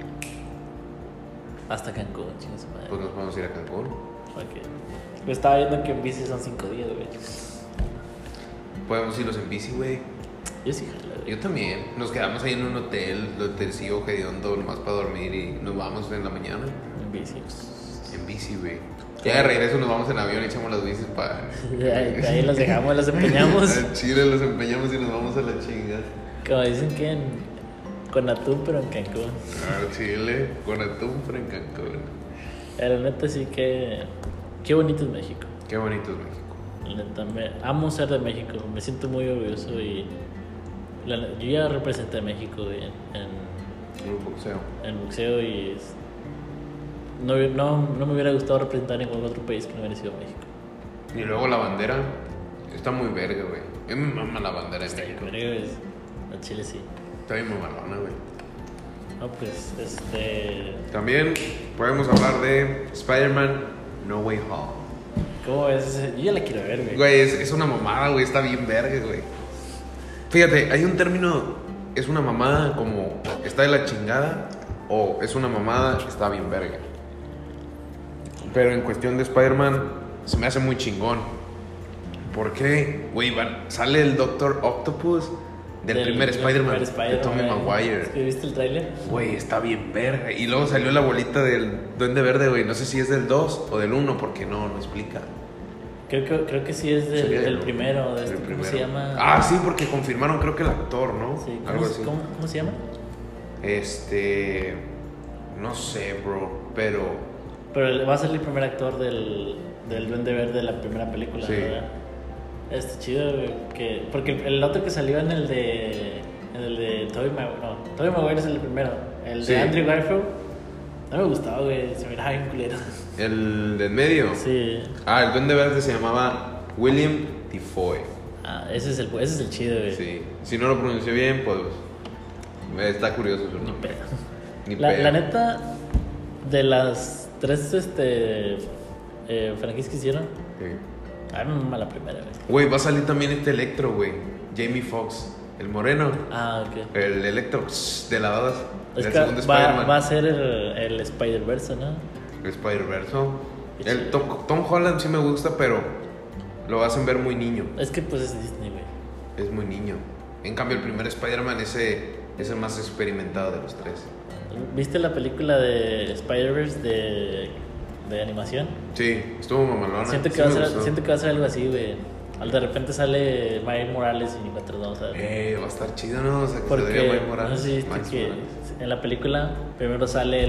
Hasta Cancún, chingue su madre. Pues nos vamos a ir a Cancún. Ok. Yo estaba viendo que en bici son 5 días, güey. Podemos irnos en bici, güey. Yo sí, jala, güey. Yo también. Nos quedamos ahí en un hotel, el hotelcillo hediondo, nomás para dormir y nos vamos en la mañana. En bici. En bici, güey. Ya de regreso nos vamos en avión y echamos las bicis para... Ahí las dejamos, las empeñamos. Al Chile los empeñamos y nos vamos a la chinga. Como dicen que con atún, pero en Cancún. Al Chile, con atún, pero en Cancún. La neta sí que... Qué bonito es México. Qué bonito es México. La neta, amo ser de México. Me siento muy orgulloso y... yo ya representé a México güey, El boxeo. en boxeo y... No me hubiera gustado representar ningún otro país que no hubiera sido México. Y luego la bandera está muy verga, güey. A mí me mama la bandera de Está México. bien, verga, güey. A Chile sí. Está bien mamalona, güey. No, pues, También podemos hablar de Spider-Man No Way Home. ¿Cómo ves? Yo ya la quiero ver, güey. Güey, es una mamada, güey. Está bien verga, güey. Fíjate, hay un término. Es una mamada como está de la chingada. O es una mamada, está bien verga. Pero en cuestión de Spider-Man, se me hace muy chingón. ¿Por qué? Güey, sale el Doctor Octopus del primer Spider-Man, de Tobey Maguire. ¿Viste el tráiler? Güey, está bien verga. Y luego salió la bolita del Duende Verde, güey. No sé si es del 2 o del 1, porque no explica. Creo que sí es Sería del del primero. De del ¿Cómo primero. se llama? Ah, sí, porque confirmaron, creo que el actor, ¿no? Sí, Algo así. ¿cómo se llama? No sé, bro, pero Pero va a ser el primer actor del Duende Verde de la primera película, Sí. ¿verdad? Está chido, güey, porque el otro que salió en el de Tobey Maguire, no, Tobey Maguire es el primero. El Sí. de Andrew Garfield no me gustaba, güey, se miraba bien culero. el del medio. Sí. Ah, el Duende Verde se llamaba William Dafoe. Ah, ese es el chido, güey. Sí. Si no lo pronunció bien, pues está curioso su Ni nombre. pedo. Ni La pedo. neta, de las 3 franquicias que hicieron, Sí. a mí me mama la primera, güey. Güey, va a salir también este Electro, güey. Jamie Foxx, el moreno. Ah, ok. El Electro de la Dadas. Es El que segundo va Spider-Man. a ser el Spider-Verse, ¿no? El Spider-Verse. Qué El chido. Tom Holland sí me gusta, pero lo hacen ver muy niño. Es que pues es Disney, güey. Es muy niño. En cambio, el primer Spider-Man es el más experimentado de los tres. ¿Viste la película de Spider-Verse de animación? Sí, estuvo mamalona. Siento que, Sí va a me ser, gustó. siento que va a ser algo así, güey. De repente sale Miles Morales y nosotros vamos a ver. Va a estar chido, ¿no? O sea, que se Porque debería Miles Morales. no sé si viste Miles que Morales. en la película primero sale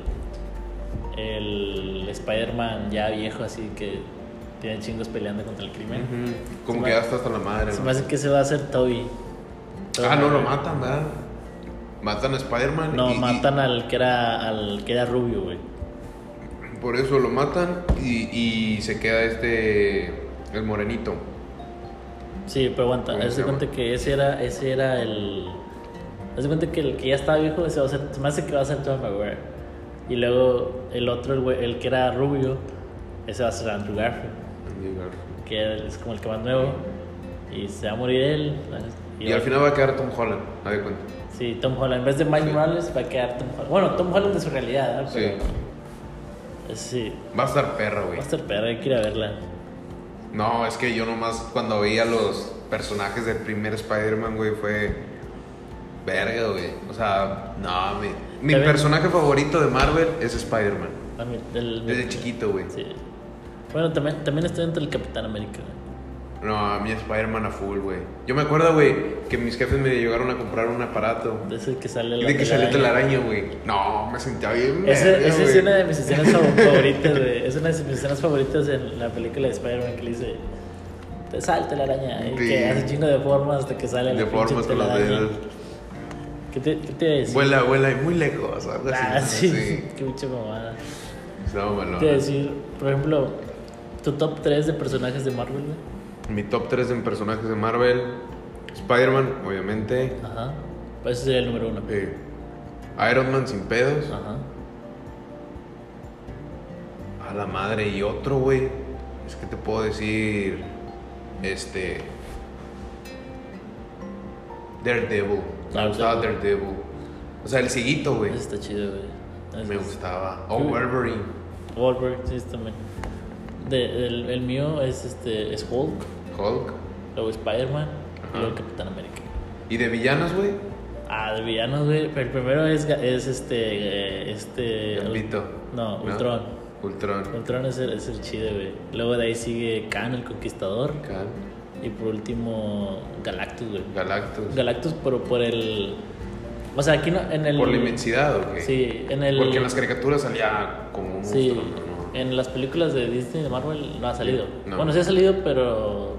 el Spider-Man ya viejo, así que tiene chingos peleando contra el crimen. Ujú. Como Se que me- ya está hasta la madre. Se ¿no? me hace que se va a hacer Toby. Ah, no lo matan, ¿verdad? Matan a Spider-Man. No, y matan al que era rubio, güey. por eso lo matan y se queda el morenito. Sí, pero aguanta, ¿Cómo haz se de llama? cuenta que ese era el... Haz de cuenta que el que ya estaba viejo, ese va a ser, se me hace que va a ser Tom Maguire. Y luego el otro, el que era rubio, ese va a ser Andrew Garfield, que es como el que más nuevo. Y se va a morir él. Y al final va a quedar Tom Holland, a de cuenta. Sí, Tom Holland. En vez de Miles Sí. Morales va a quedar Tom Holland. Bueno, Tom Holland de su realidad, ¿no? Sí. Pero, sí, Va a estar perra, va güey. a estar perra, hay que ir a verla. No, es que yo nomás cuando veía los personajes del primer Spider-Man, güey, fue verga, güey. O sea, no, mi ¿También? personaje favorito de Marvel es Spider-Man. A mí, Desde chiquito, güey. Sí. Bueno, también estoy entre el Capitán América. No, a mí Spider-Man a full, güey. Yo me acuerdo, güey, que mis jefes me llegaron a comprar un aparato. De ese que sale Y de que salió telaraña, güey. No, me sentía bien Esa verga, es güey. una de mis escenas favoritas, güey. Es una de mis escenas favoritas en la película de Spider-Man que le dice: te salte la araña. Y Sí. que hace chingo de formas hasta que sale la De pinche formas con los telaraña. dedos. ¿Qué te iba a decir? Vuela y muy lejos, algo así. Ah, sí, Sí. qué mucha mamada. Estaba malón. Te iba a decir, por ejemplo, tu top 3 de personajes de Marvel, güey. Mi top 3 de personajes de Marvel: Spider-Man, obviamente. Ajá. Pues ese sería el número 1. Iron Man sin pedos. Ajá. A la madre. Y otro, güey. Es que te puedo decir. Daredevil. Me gustaba Daredevil. O sea, el ciguito, güey. Ese está chido, güey. Me gustaba. O Sí. Wolverine. Wolverine, sí, también. El mío es Hulk, Hulk. luego Spider-Man y Ajá. luego Capitán América. ¿Y de villanos, güey? Ah, de villanos, güey. El primero es Gambito. No, ¿No? Ultron. Ultron. Ultron es el chido, güey. Luego de ahí sigue Khan, el Conquistador. Khan. Y por último, Galactus, güey. Galactus. Galactus por el... O sea, aquí no, en el... ¿Por la inmensidad o qué? Sí, en el... Porque en las caricaturas salía como un Sí, monstruo, ¿no? en las películas de Disney, de Marvel, no ha salido. No. Bueno, sí ha salido, pero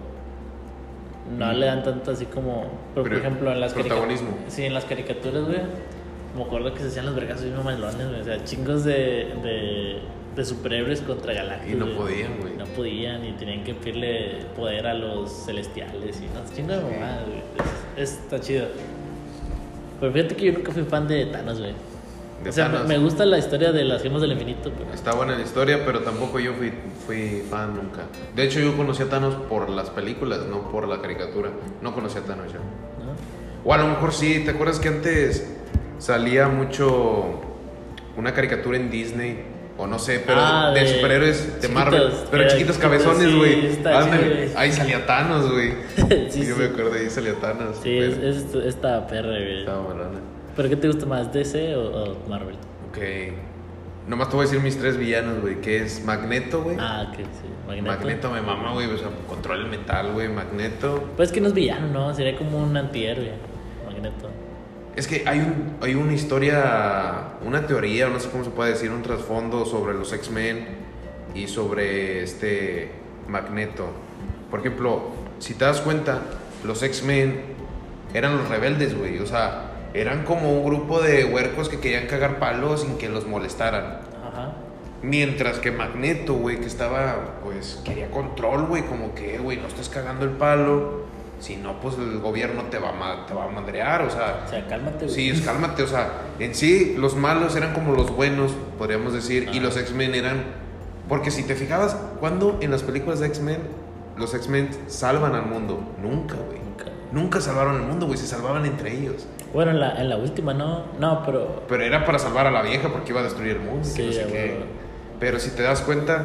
no le dan tanto así como... Pero, por Pero, ejemplo, en las protagonismo. Sí, en las caricaturas, güey. Me acuerdo que se hacían los vergazos y mamalones, güey. O sea, chingos de superhéroes contra Galactus. Y no güey. podían, güey. No podían y tenían que pedirle poder a los celestiales y no, chingo de mamadas, güey. Está chido. Pero fíjate que yo nunca fui fan de Thanos, güey. De O sea, Thanos. me gusta la historia de las gemas del infinito, pero... Está buena la historia, pero tampoco yo fui fan nunca. De hecho, yo conocí a Thanos por las películas, no por la caricatura. No conocí a Thanos yo. ¿no? O a lo mejor sí, ¿te acuerdas que antes salía mucho una caricatura en Disney? O no sé, pero Ah, de de superhéroes de chiquitos, Marvel. Pero era chiquitos chiquitos, cabezones, sí, güey. está Ándale, chido, güey. ahí salía Thanos, güey. Sí, Yo sí. me acuerdo de ahí salía Thanos. Sí, pero es esta perra, güey. estaba malona. ¿Pero qué te gusta más, DC o Marvel? Ok. Nomás te voy a decir mis 3 villanos, güey. Que es Magneto, güey. Ah, ok, sí. Magneto. Magneto me mama, güey. O sea, controla el metal, güey. Magneto. Pues es que no es villano, ¿no? Sería como un antihéroe, Magneto. Es que hay una historia, una teoría, no sé cómo se puede decir, un trasfondo sobre los X-Men y sobre Magneto. Por ejemplo, si te das cuenta, los X-Men eran los rebeldes, güey. O sea, eran como un grupo de huercos que querían cagar palos sin que los molestaran. Ajá. Mientras que Magneto, güey, que estaba, pues, quería control, güey, como que, güey, no estás cagando el palo, si no, pues el gobierno te va a madrear, o sea, O sea, cálmate, güey. sí, cálmate, o sea, en sí, los malos eran como los buenos, podríamos decir, y Ah. los X-Men eran, porque si te fijabas, ¿cuándo en las películas de X-Men, los X-Men salvan al mundo? Nunca, güey. Nunca salvaron al mundo, güey, se salvaban entre ellos. Bueno, en la última no. No, pero. Pero era para salvar a la vieja porque iba a destruir el mundo, que Sí, no sé a qué. huevo. Pero si te das cuenta,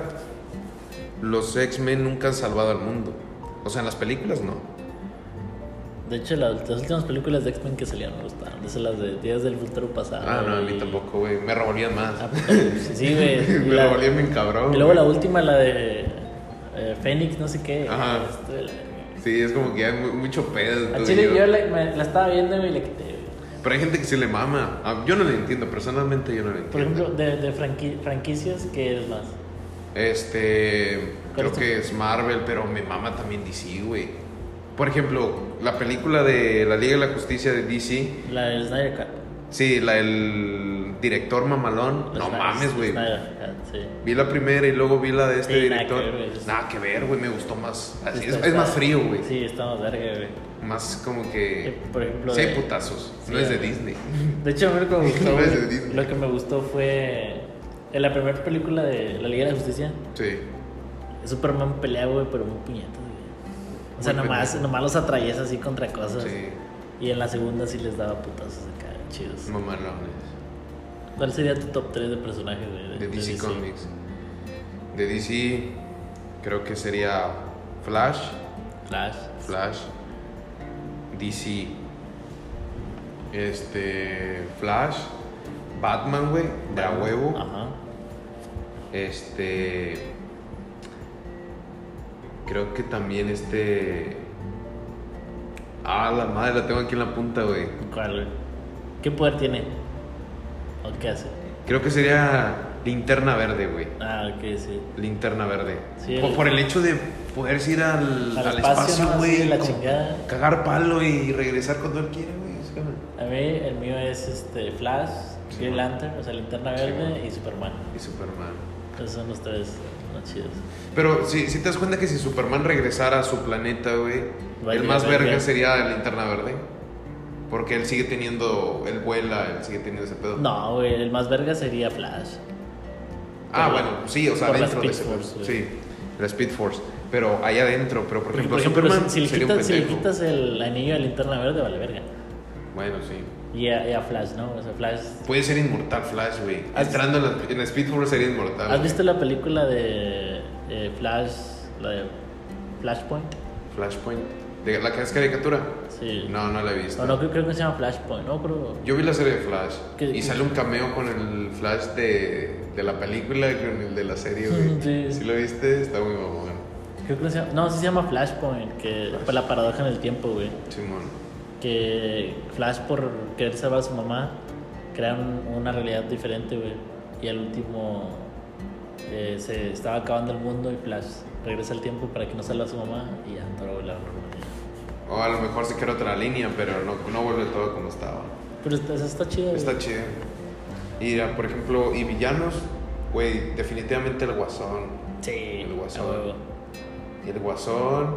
los X-Men nunca han salvado al mundo. O sea, en las películas no. De hecho, las últimas películas de X-Men que salieron me gustaron. Esas las de Días del Futuro Pasado. Ah, no, a mí y- tampoco, güey. Me revolvían más. Apocalipsis. Sí, güey. Y Me la- revolvían bien cabrón. Y luego güey. la última, la de Fénix, no sé qué. Ajá. Esto de la- Sí, es como que hay mucho pedo. A tú y Chile yo. yo la estaba viendo y le quité, güey. Pero hay gente que sí le mama. Yo no le entiendo, personalmente yo no le entiendo. Por ejemplo, de franquicias, ¿qué es más? Creo es tu- que es Marvel, pero me mama también DC, güey. Por ejemplo, la película de la Liga de la Justicia de DC. La del Snyder Cut. Sí, el director mamalón. No mames, güey. Sí. Vi la primera y luego vi la de este Sí, director. nada Que ver, güey, me gustó más. Así Está- es más frío, güey. Sí, está más verga, güey. Más como que. Por ejemplo, Sí, hay de- putazos. sí, No es de güey. Disney. De hecho, a mí lo que me gustó, No es güey, de Disney. lo que me gustó fue en la primera película de la Liga de la Justicia. Sí. Superman pelea, güey, pero muy puñetas, güey. O sea, Muy nomás los atraviesa así contra cosas. Sí. Y en la segunda sí les daba putazos acá, chidos. Mamalones. ¿Cuál sería tu top 3 de personajes, güey? De DC Comics. De DC, creo que sería Flash. Flash. DC. Flash. Batman, güey. De a huevo. Ajá. Creo que también la madre, la tengo aquí en la punta, güey. ¿Cuál, güey? ¿Qué poder tiene? ¿O qué hace? Creo que sería Linterna Verde, güey. Ah, ok, sí. Linterna Verde. Sí, por el hecho de poderse ir al espacio, ¿no? güey. Sí, la como chingada. cagar palo y regresar cuando él quiera, güey. Es como- A mí, el mío es Flash, Sí, Green man. Lantern, o sea, Linterna Sí, Verde man. y Superman. Y Superman. Esos son los tres más chidos. Pero si te das cuenta que si Superman regresara a su planeta, güey, Vaya, el más vaya. verga sería Linterna Verde. Porque él sigue teniendo, él vuela, él sigue teniendo ese pedo. No, güey, el más verga sería Flash. Ah, Por bueno, sí, o sea, por la dentro de Speed ese Force, güey. Sí, la Speed Force. Pero allá adentro, pero por Porque, ejemplo, por ejemplo, Superman si le sería un pendejo. quitas el anillo de Linterna Verde, vale verga. Bueno, sí. Y a Flash, ¿no? O sea, Flash. Puede ser inmortal Flash, güey. ¿Has- Entrando en la Speed Force sería inmortal. ¿Has güey. visto la película de Flash, la de Flashpoint? Flashpoint. ¿De la que es caricatura? Sí. No, no la he visto. No, creo que se llama Flashpoint, ¿no? Pero... Yo vi la serie de Flash ¿Qué- y qué- sale un cameo con el Flash de la película y con el de la serie, güey. Sí. lo viste? Está muy mamón. Creo que se llama... No, sí se llama Flashpoint, que Flash. la paradoja en el tiempo, güey. Simón. Que Flash, por querer salvar a su mamá, crea una realidad diferente, güey. Y al último se estaba acabando el mundo y Flash regresa al tiempo para que no salva a su mamá y ya todo la normalidad. O a lo mejor se quiere otra línea, pero no vuelve todo como estaba. Pero eso está chido, güey. Está chido. Y por ejemplo, y villanos, güey, definitivamente el Guasón. Sí, El Guasón. a huevo. Y el Guasón.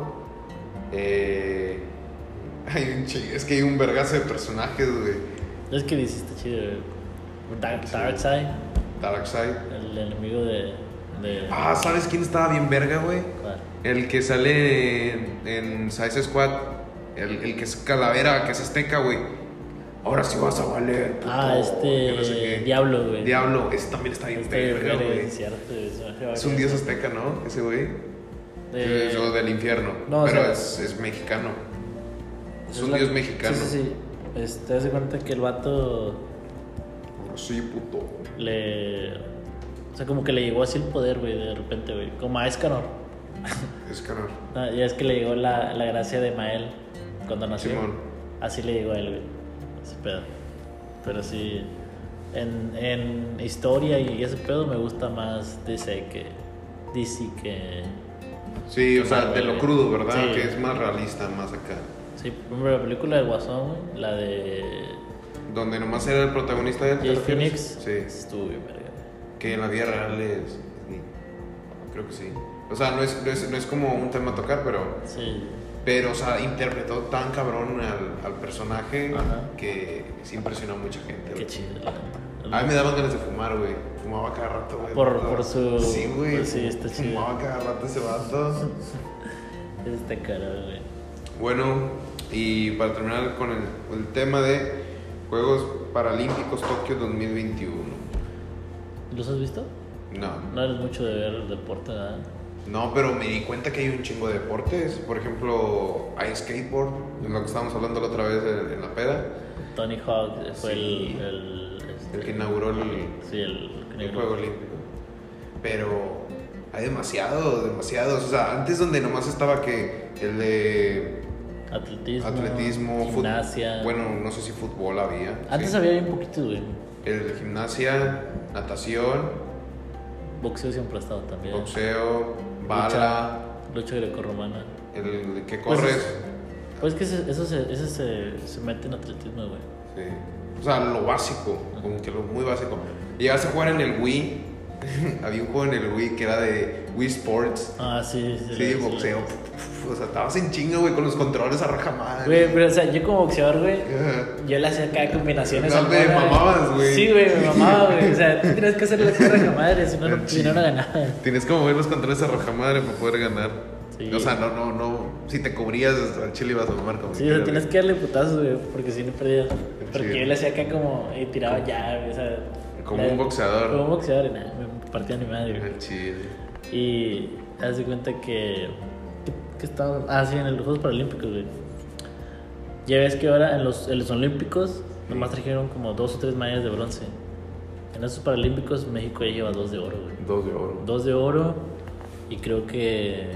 Es que hay un vergazo de personajes, güey. Es que dice, está chido, güey. Sí. Darkseid, Darkseid. el enemigo de Ah, ¿sabes quién estaba bien verga, güey? ¿cuál? El que sale en Size Squad. El que es calavera, que es azteca, güey. Ahora sí vas a valer, puto. Que no sé qué. Diablo, güey. Diablo, ese también está bien verga, güey. Es cierto, güey, se me hace Es un dios azteca, ¿no? Ese güey. De- Es del infierno. No, o pero sea, es mexicano. Es es un la- dios mexicano. Sí. Te das cuenta que el vato Sí, puto. o sea, como que le llegó así el poder, güey, de repente, güey. Como a Escanor. Es canal. Ya es que le llegó la gracia de Mael cuando nació. Simón. Así le llegó a él, güey. Ese pedo. Pero sí, en historia y ese pedo me gusta más DC que Sí, o sea, de lo Marvel, crudo, ¿verdad? sí. Que es más realista, más acá. Sí, por ejemplo, la película de Guasón, güey, la de Donde nomás era el protagonista de Jay Phoenix, Sí. estuvo bien, verga. Que en la vida real es. Creo que sí. O sea, no es como un tema a tocar, pero. Sí, Pero, o sea, interpretó tan cabrón al personaje Ajá. que sí impresionó a mucha gente. qué güey. chido, la neta. A mí me daban ganas de fumar, güey. Fumaba cada rato, güey. Por su- Sí, güey. pues sí, está chido. Fumaba cada rato ese vato. Este cara, güey. Bueno, y para terminar con el tema de Juegos Paralímpicos Tokio 2021. ¿Los has visto? No. No eres mucho de ver el deporte, ¿verdad? No, pero me di cuenta que hay un chingo de deportes. Por ejemplo, hay skateboard, de lo que estábamos hablando la otra vez en la peda. Tony Hawk fue Sí. el El que inauguró el que el inauguró. Juego Olímpico. Pero hay demasiados. O sea, antes donde nomás estaba que el de atletismo, gimnasia. bueno, no sé si fútbol había. Antes sí. había bien poquito, güey. El de gimnasia, natación, Boxeo siempre ha estado también. boxeo, bala, Lucha grecorromana. el que Pues corres. Pues que eso se mete en atletismo, güey. Sí. O sea, lo básico, como que lo muy básico. Llegaste a jugar en el Wii. Había un juego en el Wii que era de Wii Sports. Ah, sí. Sí, boxeo. O sea, estabas en chinga, güey, con los controles a raja madre. Güey, pero o sea, yo como boxeador, güey, yo le hacía acá combinaciones. No te mamabas, güey. Sí, güey, me mamaba, güey. O sea, tú tienes que hacerle la raja madre, si no ganaba. Tienes que mover los controles a raja madre para poder ganar. Sí. O sea, no. Si te cubrías al chile ibas a mamar como. Sí, o sea, tienes que darle putazos, güey, porque si no perdías. Porque Sí. yo le hacía acá como y tiraba ya, güey, o sea. Como un boxeador. Como un boxeador, y nada, me partía ni madre, güey. Al chile. Y haz de cuenta que estaba. Ah, sí, en los Juegos Paralímpicos, güey. Ya ves que ahora en los Olímpicos nomás trajeron como 2 o 3 medallas de bronce. En esos Paralímpicos México ya lleva 2 de oro, güey. 2 de oro. 2 de oro y creo que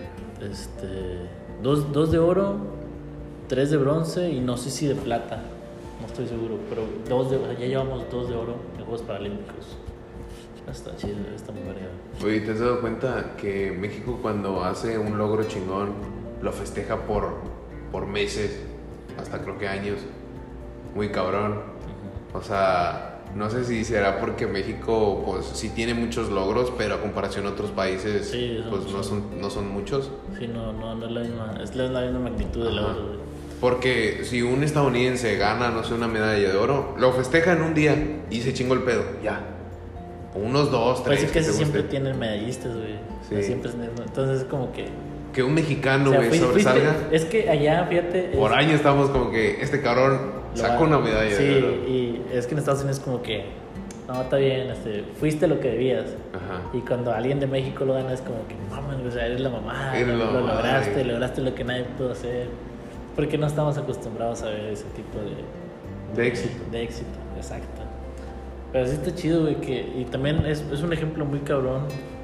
2 de oro, 3 de bronce y no sé si de plata. No estoy seguro, pero ya llevamos 2 de oro en Juegos Paralímpicos. Está chido, está muy variado. Oye, ¿te has dado cuenta que México cuando hace un logro chingón lo festeja por meses, hasta creo que años? Muy cabrón. O sea, no sé si será porque México pues sí tiene muchos logros, pero a comparación a otros países Sí, pues no son muchos. Sí, no es la misma magnitud del oro, güey. Porque si un estadounidense gana, no sé, una medalla de oro, lo festeja en un día y se chingó el pedo, ya. Unos 2, 3. Pues es que siempre tienen medallistas, güey. Sí. O sea, siempre entonces es como que... Que un mexicano, o sea, güey, sobresalga. Es que allá, fíjate... Por años estamos como que este cabrón saca una medalla sí, de oro. y es que en Estados Unidos como que... No, está bien, fuiste lo que debías. Ajá. Y cuando alguien de México lo gana es como que, mames, o sea, eres la mamá. Eres la lo mamá, lograste lo que nadie pudo hacer. Porque no estamos acostumbrados a ver ese tipo De éxito. De éxito, exacto. Pero sí está chido, güey, y también es un ejemplo muy cabrón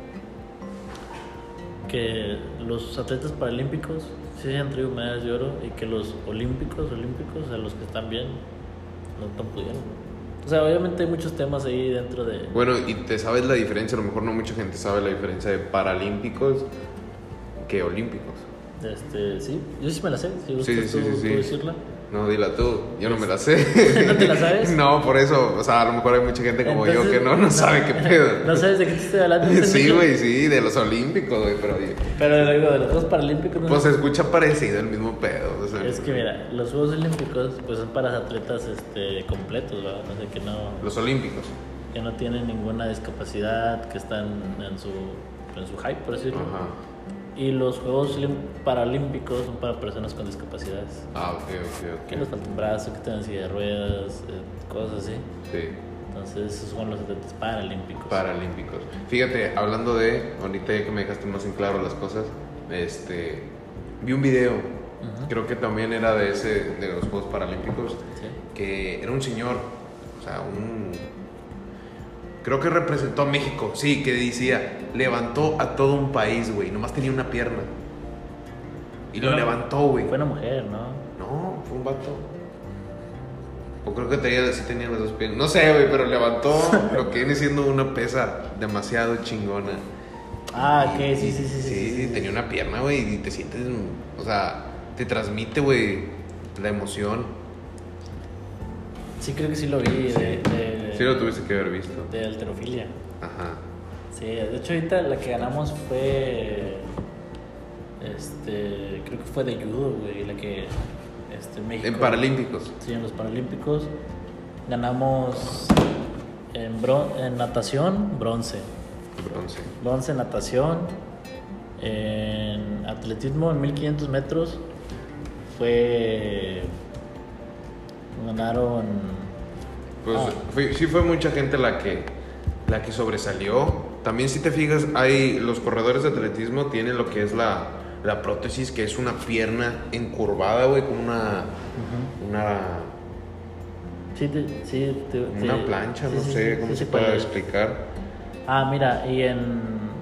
que los atletas paralímpicos sí se han traído medallas de oro y que los olímpicos, o sea, los que están bien, no están pudiendo. O sea, obviamente hay muchos temas ahí dentro de... Bueno, y te sabes la diferencia, a lo mejor no mucha gente sabe la diferencia de paralímpicos que olímpicos. Sí, yo sí me la sé, si gustas Sí. tú decirla. No, dila tú, yo no me la sé. ¿No te la sabes? No, por eso, o sea, a lo mejor hay mucha gente como yo que no sabe qué pedo. ¿No sabes de qué te estoy hablando? Sí, güey, sí, de los olímpicos, güey, pero digo, de los Juegos Paralímpicos... Pues se escucha parecido el mismo pedo. O sea, es que mira, los Juegos Olímpicos pues son para atletas completos, ¿verdad? O sea, los olímpicos. Que no tienen ninguna discapacidad, que están en su hype, por decirlo. Ajá. Y los Juegos Paralímpicos son para personas con discapacidades. Ah, ok. Que les falta un brazo, que tengan silla de ruedas, cosas así. Sí. Entonces, esos son los atletas Paralímpicos. Fíjate, hablando de, ahorita ya que me dejaste más en claro las cosas, vi un video, creo que también era de los Juegos Paralímpicos, ¿Sí? que era un señor, o sea, creo que representó a México, sí, que decía, levantó a todo un país, güey, nomás tenía una pierna. Y lo levantó, güey. Fue una mujer, ¿no? No, fue un vato. O creo que sí tenía las 2 piernas. No sé, güey, pero levantó lo que viene siendo una pesa demasiado chingona. Ah, ok, sí. Sí, tenía una pierna, güey, y te sientes, o sea, te transmite, güey, la emoción. Sí, creo que sí lo vi. Sí lo tuviste que haber visto. De halterofilia. Ajá. Sí, de hecho ahorita la que ganamos fue... creo que fue de judo, güey, la que... México... En Paralímpicos. Sí, en los Paralímpicos. Ganamos en natación, bronce. Bronce en natación. En atletismo, en 1500 metros, ganaron... Pues sí fue mucha gente la que sobresalió. También si te fijas, los corredores de atletismo tienen lo que es la prótesis, que es una pierna encurvada, güey, con una una plancha, no sé cómo se puede explicar. Ah, mira, y en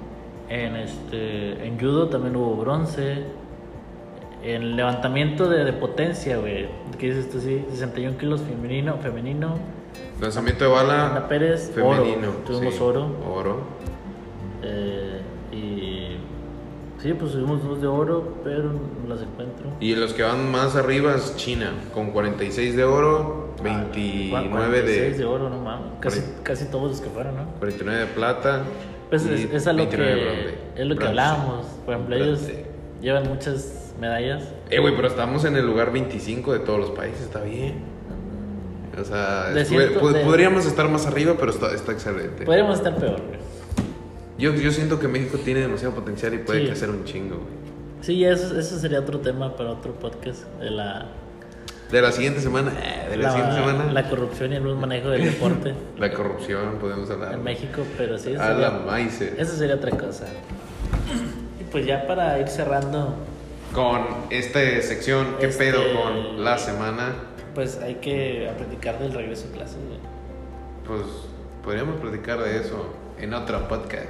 judo también hubo bronce. En levantamiento de potencia, güey, ¿qué dices tú? Sí, 61 kilos femenino. Lanzamiento de bala Ana Pérez, femenino. oro. Tuvimos sí, oro. Oro. Y Sí, pues subimos 2 de oro, pero no las encuentro. Y los que van más arriba es China, con 46 de oro, 29 46 de oro, no mames. Casi todos los que fueron, ¿no? 49 de plata. Pues y es a lo 29 de que, bronce. es lo que Bronce. hablábamos. Por ejemplo, ellos Bronce. llevan muchas medallas. Güey, pero estamos en el lugar 25 de todos los países, está bien. O sea, podríamos estar más arriba, pero está excelente. Podríamos estar peor, güey. Yo siento que México tiene demasiado potencial y puede Sí. crecer un chingo, güey. Sí, eso sería otro tema para otro podcast. De la siguiente semana. La corrupción y el buen manejo del deporte La corrupción, podemos hablar. en México, pero sí. A la maíz. Eso sería otra cosa. Y pues ya para ir cerrando, Con esta sección, ¿qué pedo con la semana? pues hay que platicar del regreso a clases, güey. Pues podríamos platicar de eso en otro podcast.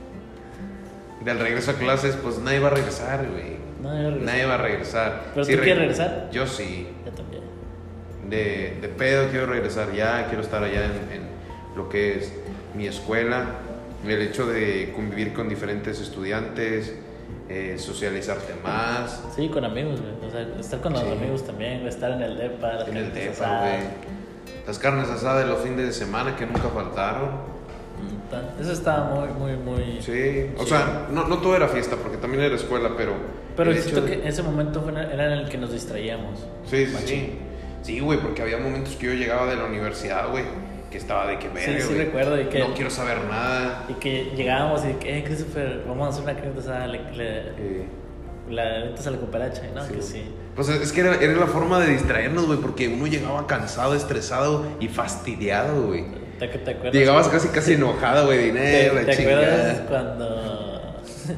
Del regreso a clases, pues nadie va a regresar, güey. Nadie va a regresar. ¿Pero Sí, tú quieres regresar? Yo sí. Yo también. De pedo quiero regresar ya, quiero estar allá en lo que es mi escuela. El hecho de convivir con diferentes estudiantes, socializarte más. Sí, con amigos, güey. O sea, estar con los amigos también, güey. Estar en el depa, las En el carnitas depa, asadas. güey. Las carnes asadas de los fines de semana que nunca faltaron. Eso estaba muy... Sí, o sea, no todo era fiesta, porque también era escuela, pero... Pero el siento hecho de- que ese momento era en el que nos distraíamos. Sí, Machín. sí. Sí, güey, porque había momentos que yo llegaba de la universidad, güey, que estaba de que verga, Sí, güey, recuerdo. Y que, no quiero saber nada. y que llegábamos y que, Christopher, vamos a hacer una carnita asada, la aventas a la cooperacha, ¿no? Sí, Que güey. sí. Pues es que era la forma de distraernos, güey, porque uno llegaba cansado, estresado y fastidiado, güey. ¿Te acuerdas? Llegabas casi enojado, güey, dinero, la ¿Te acuerdas chingada. cuando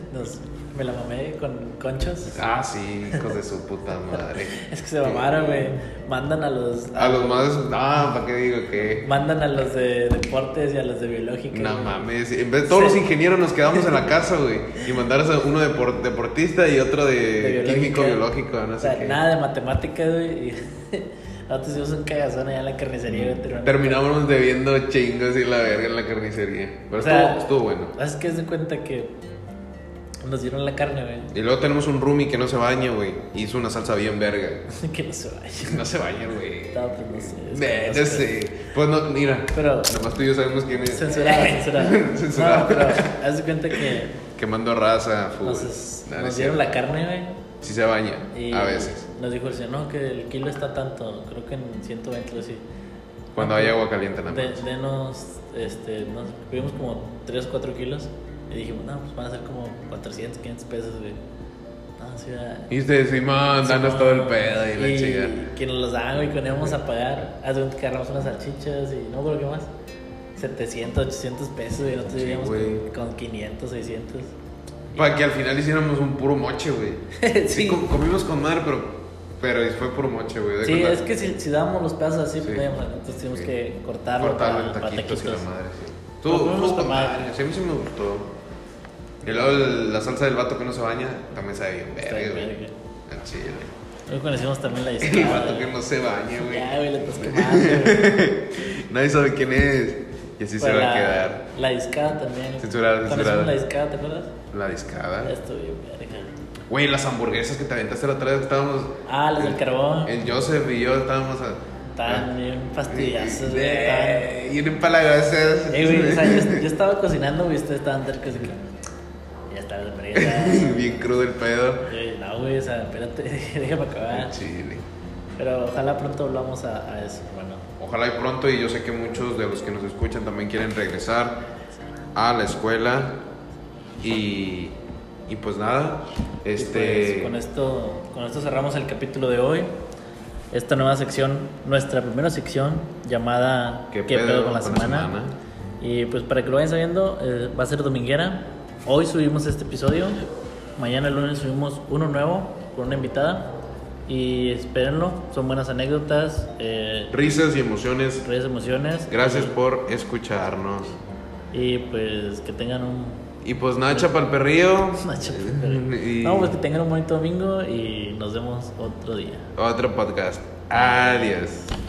me la mamé con conchos? Ah, sí, hijos de su puta madre. Es que se mamaron, güey. Mandan a los... A los más... ¿para qué digo qué? Mandan a los de deportes y a los de biológica. No güey. mames, en vez de todos los ingenieros nos quedamos en la casa, güey. Y mandaras a uno deportista y otro de biológica. químico, biológico, no O sé sea, qué. nada de matemáticas, güey. Y nosotros hicimos un cagazón allá en la carnicería, güey. Terminábamos debiendo chingos y la verga en la carnicería. Pero O sea, estuvo bueno. Es que es de cuenta que nos dieron la carne, güey. Y luego tenemos un roomie que no se baña, güey. Y hizo una salsa bien verga. Que no se vaya. No se baña, güey. No, pues no sé. No sé. Pues no, mira. Pero... Nomás tú y yo sabemos quién es. Censurada. Censurada. No, pero haz de cuenta que Quemando raza, fútbol. nos dieron la carne, güey. Sí se baña, Y a veces. nos dijo el señor, no, que el kilo está tanto, creo que en 120 o así. Cuando hay agua caliente nada más. Denos, nos pedimos como 3 o 4 kilos y dijimos, no, pues van a ser como 400, 500 pesos, güey. No, sí, Y ustedes, Simón, danos Simón. todo el pedo y la chica. Que nos los daban, güey, cuando íbamos a pagar, haz de cuenta que agarramos unas salchichas y no creo qué más. 700, 800 pesos, y nosotros Sí, vivíamos güey. con 500, 600. Para que al final hiciéramos un puro moche, güey. Sí, comimos con madre, pero fue puro moche, güey. de Sí, cuenta. es que si dábamos los pedazos así, Sí. entonces tuvimos Sí. que cortarlo Cortarlo en para taquitos y la taquitos. madre, sí. Pero comimos Estuvo con con madre. madre. Sí, a mí sí me gustó. Y luego la salsa del vato que no se baña también sabe bien Está verga, bien güey. verga. Al chile. Hoy conocimos también la El discada. vato que no se baña, güey. Ya, güey, le estás quemando, güey. Nadie sabe quién es. Y así se Pues va a quedar. La discada también. Censurada. Conocimos la discada, ¿te acuerdas? La discada. Estuvo bien verga. Güey, las hamburguesas que te aventaste la otra vez, estábamos. Ah, las del carbón. El Joseph y yo estábamos a. Estaban bien fastidiosas, güey. estaban- Y en empalagosas. Güey, o sea, yo estaba cocinando, güey, ustedes estaban cerca, así que... Ya estaba la verga. Bien crudo el pedo. No, güey, o sea, espérate, déjame acabar. Chile. Pero ojalá pronto volvamos a eso, hermano. Ojalá y pronto, y yo sé que muchos de los que nos escuchan también quieren regresar a la escuela. Y pues nada, Pues, con esto cerramos el capítulo de hoy. Esta nueva sección, nuestra primera sección llamada ¿Qué ¿Qué pedo pedo con la con la semana? semana? Y pues para que lo vayan sabiendo, va a ser dominguera. Hoy subimos este episodio. Mañana el lunes subimos uno nuevo con una invitada. Y espérenlo, son buenas anécdotas, risas y emociones. redes emociones. Gracias por escucharnos. Y pues que tengan un... Y pues Nacha para el perrillo. Y No, pues que tengan un bonito domingo y nos vemos otro día. otro podcast. Adiós.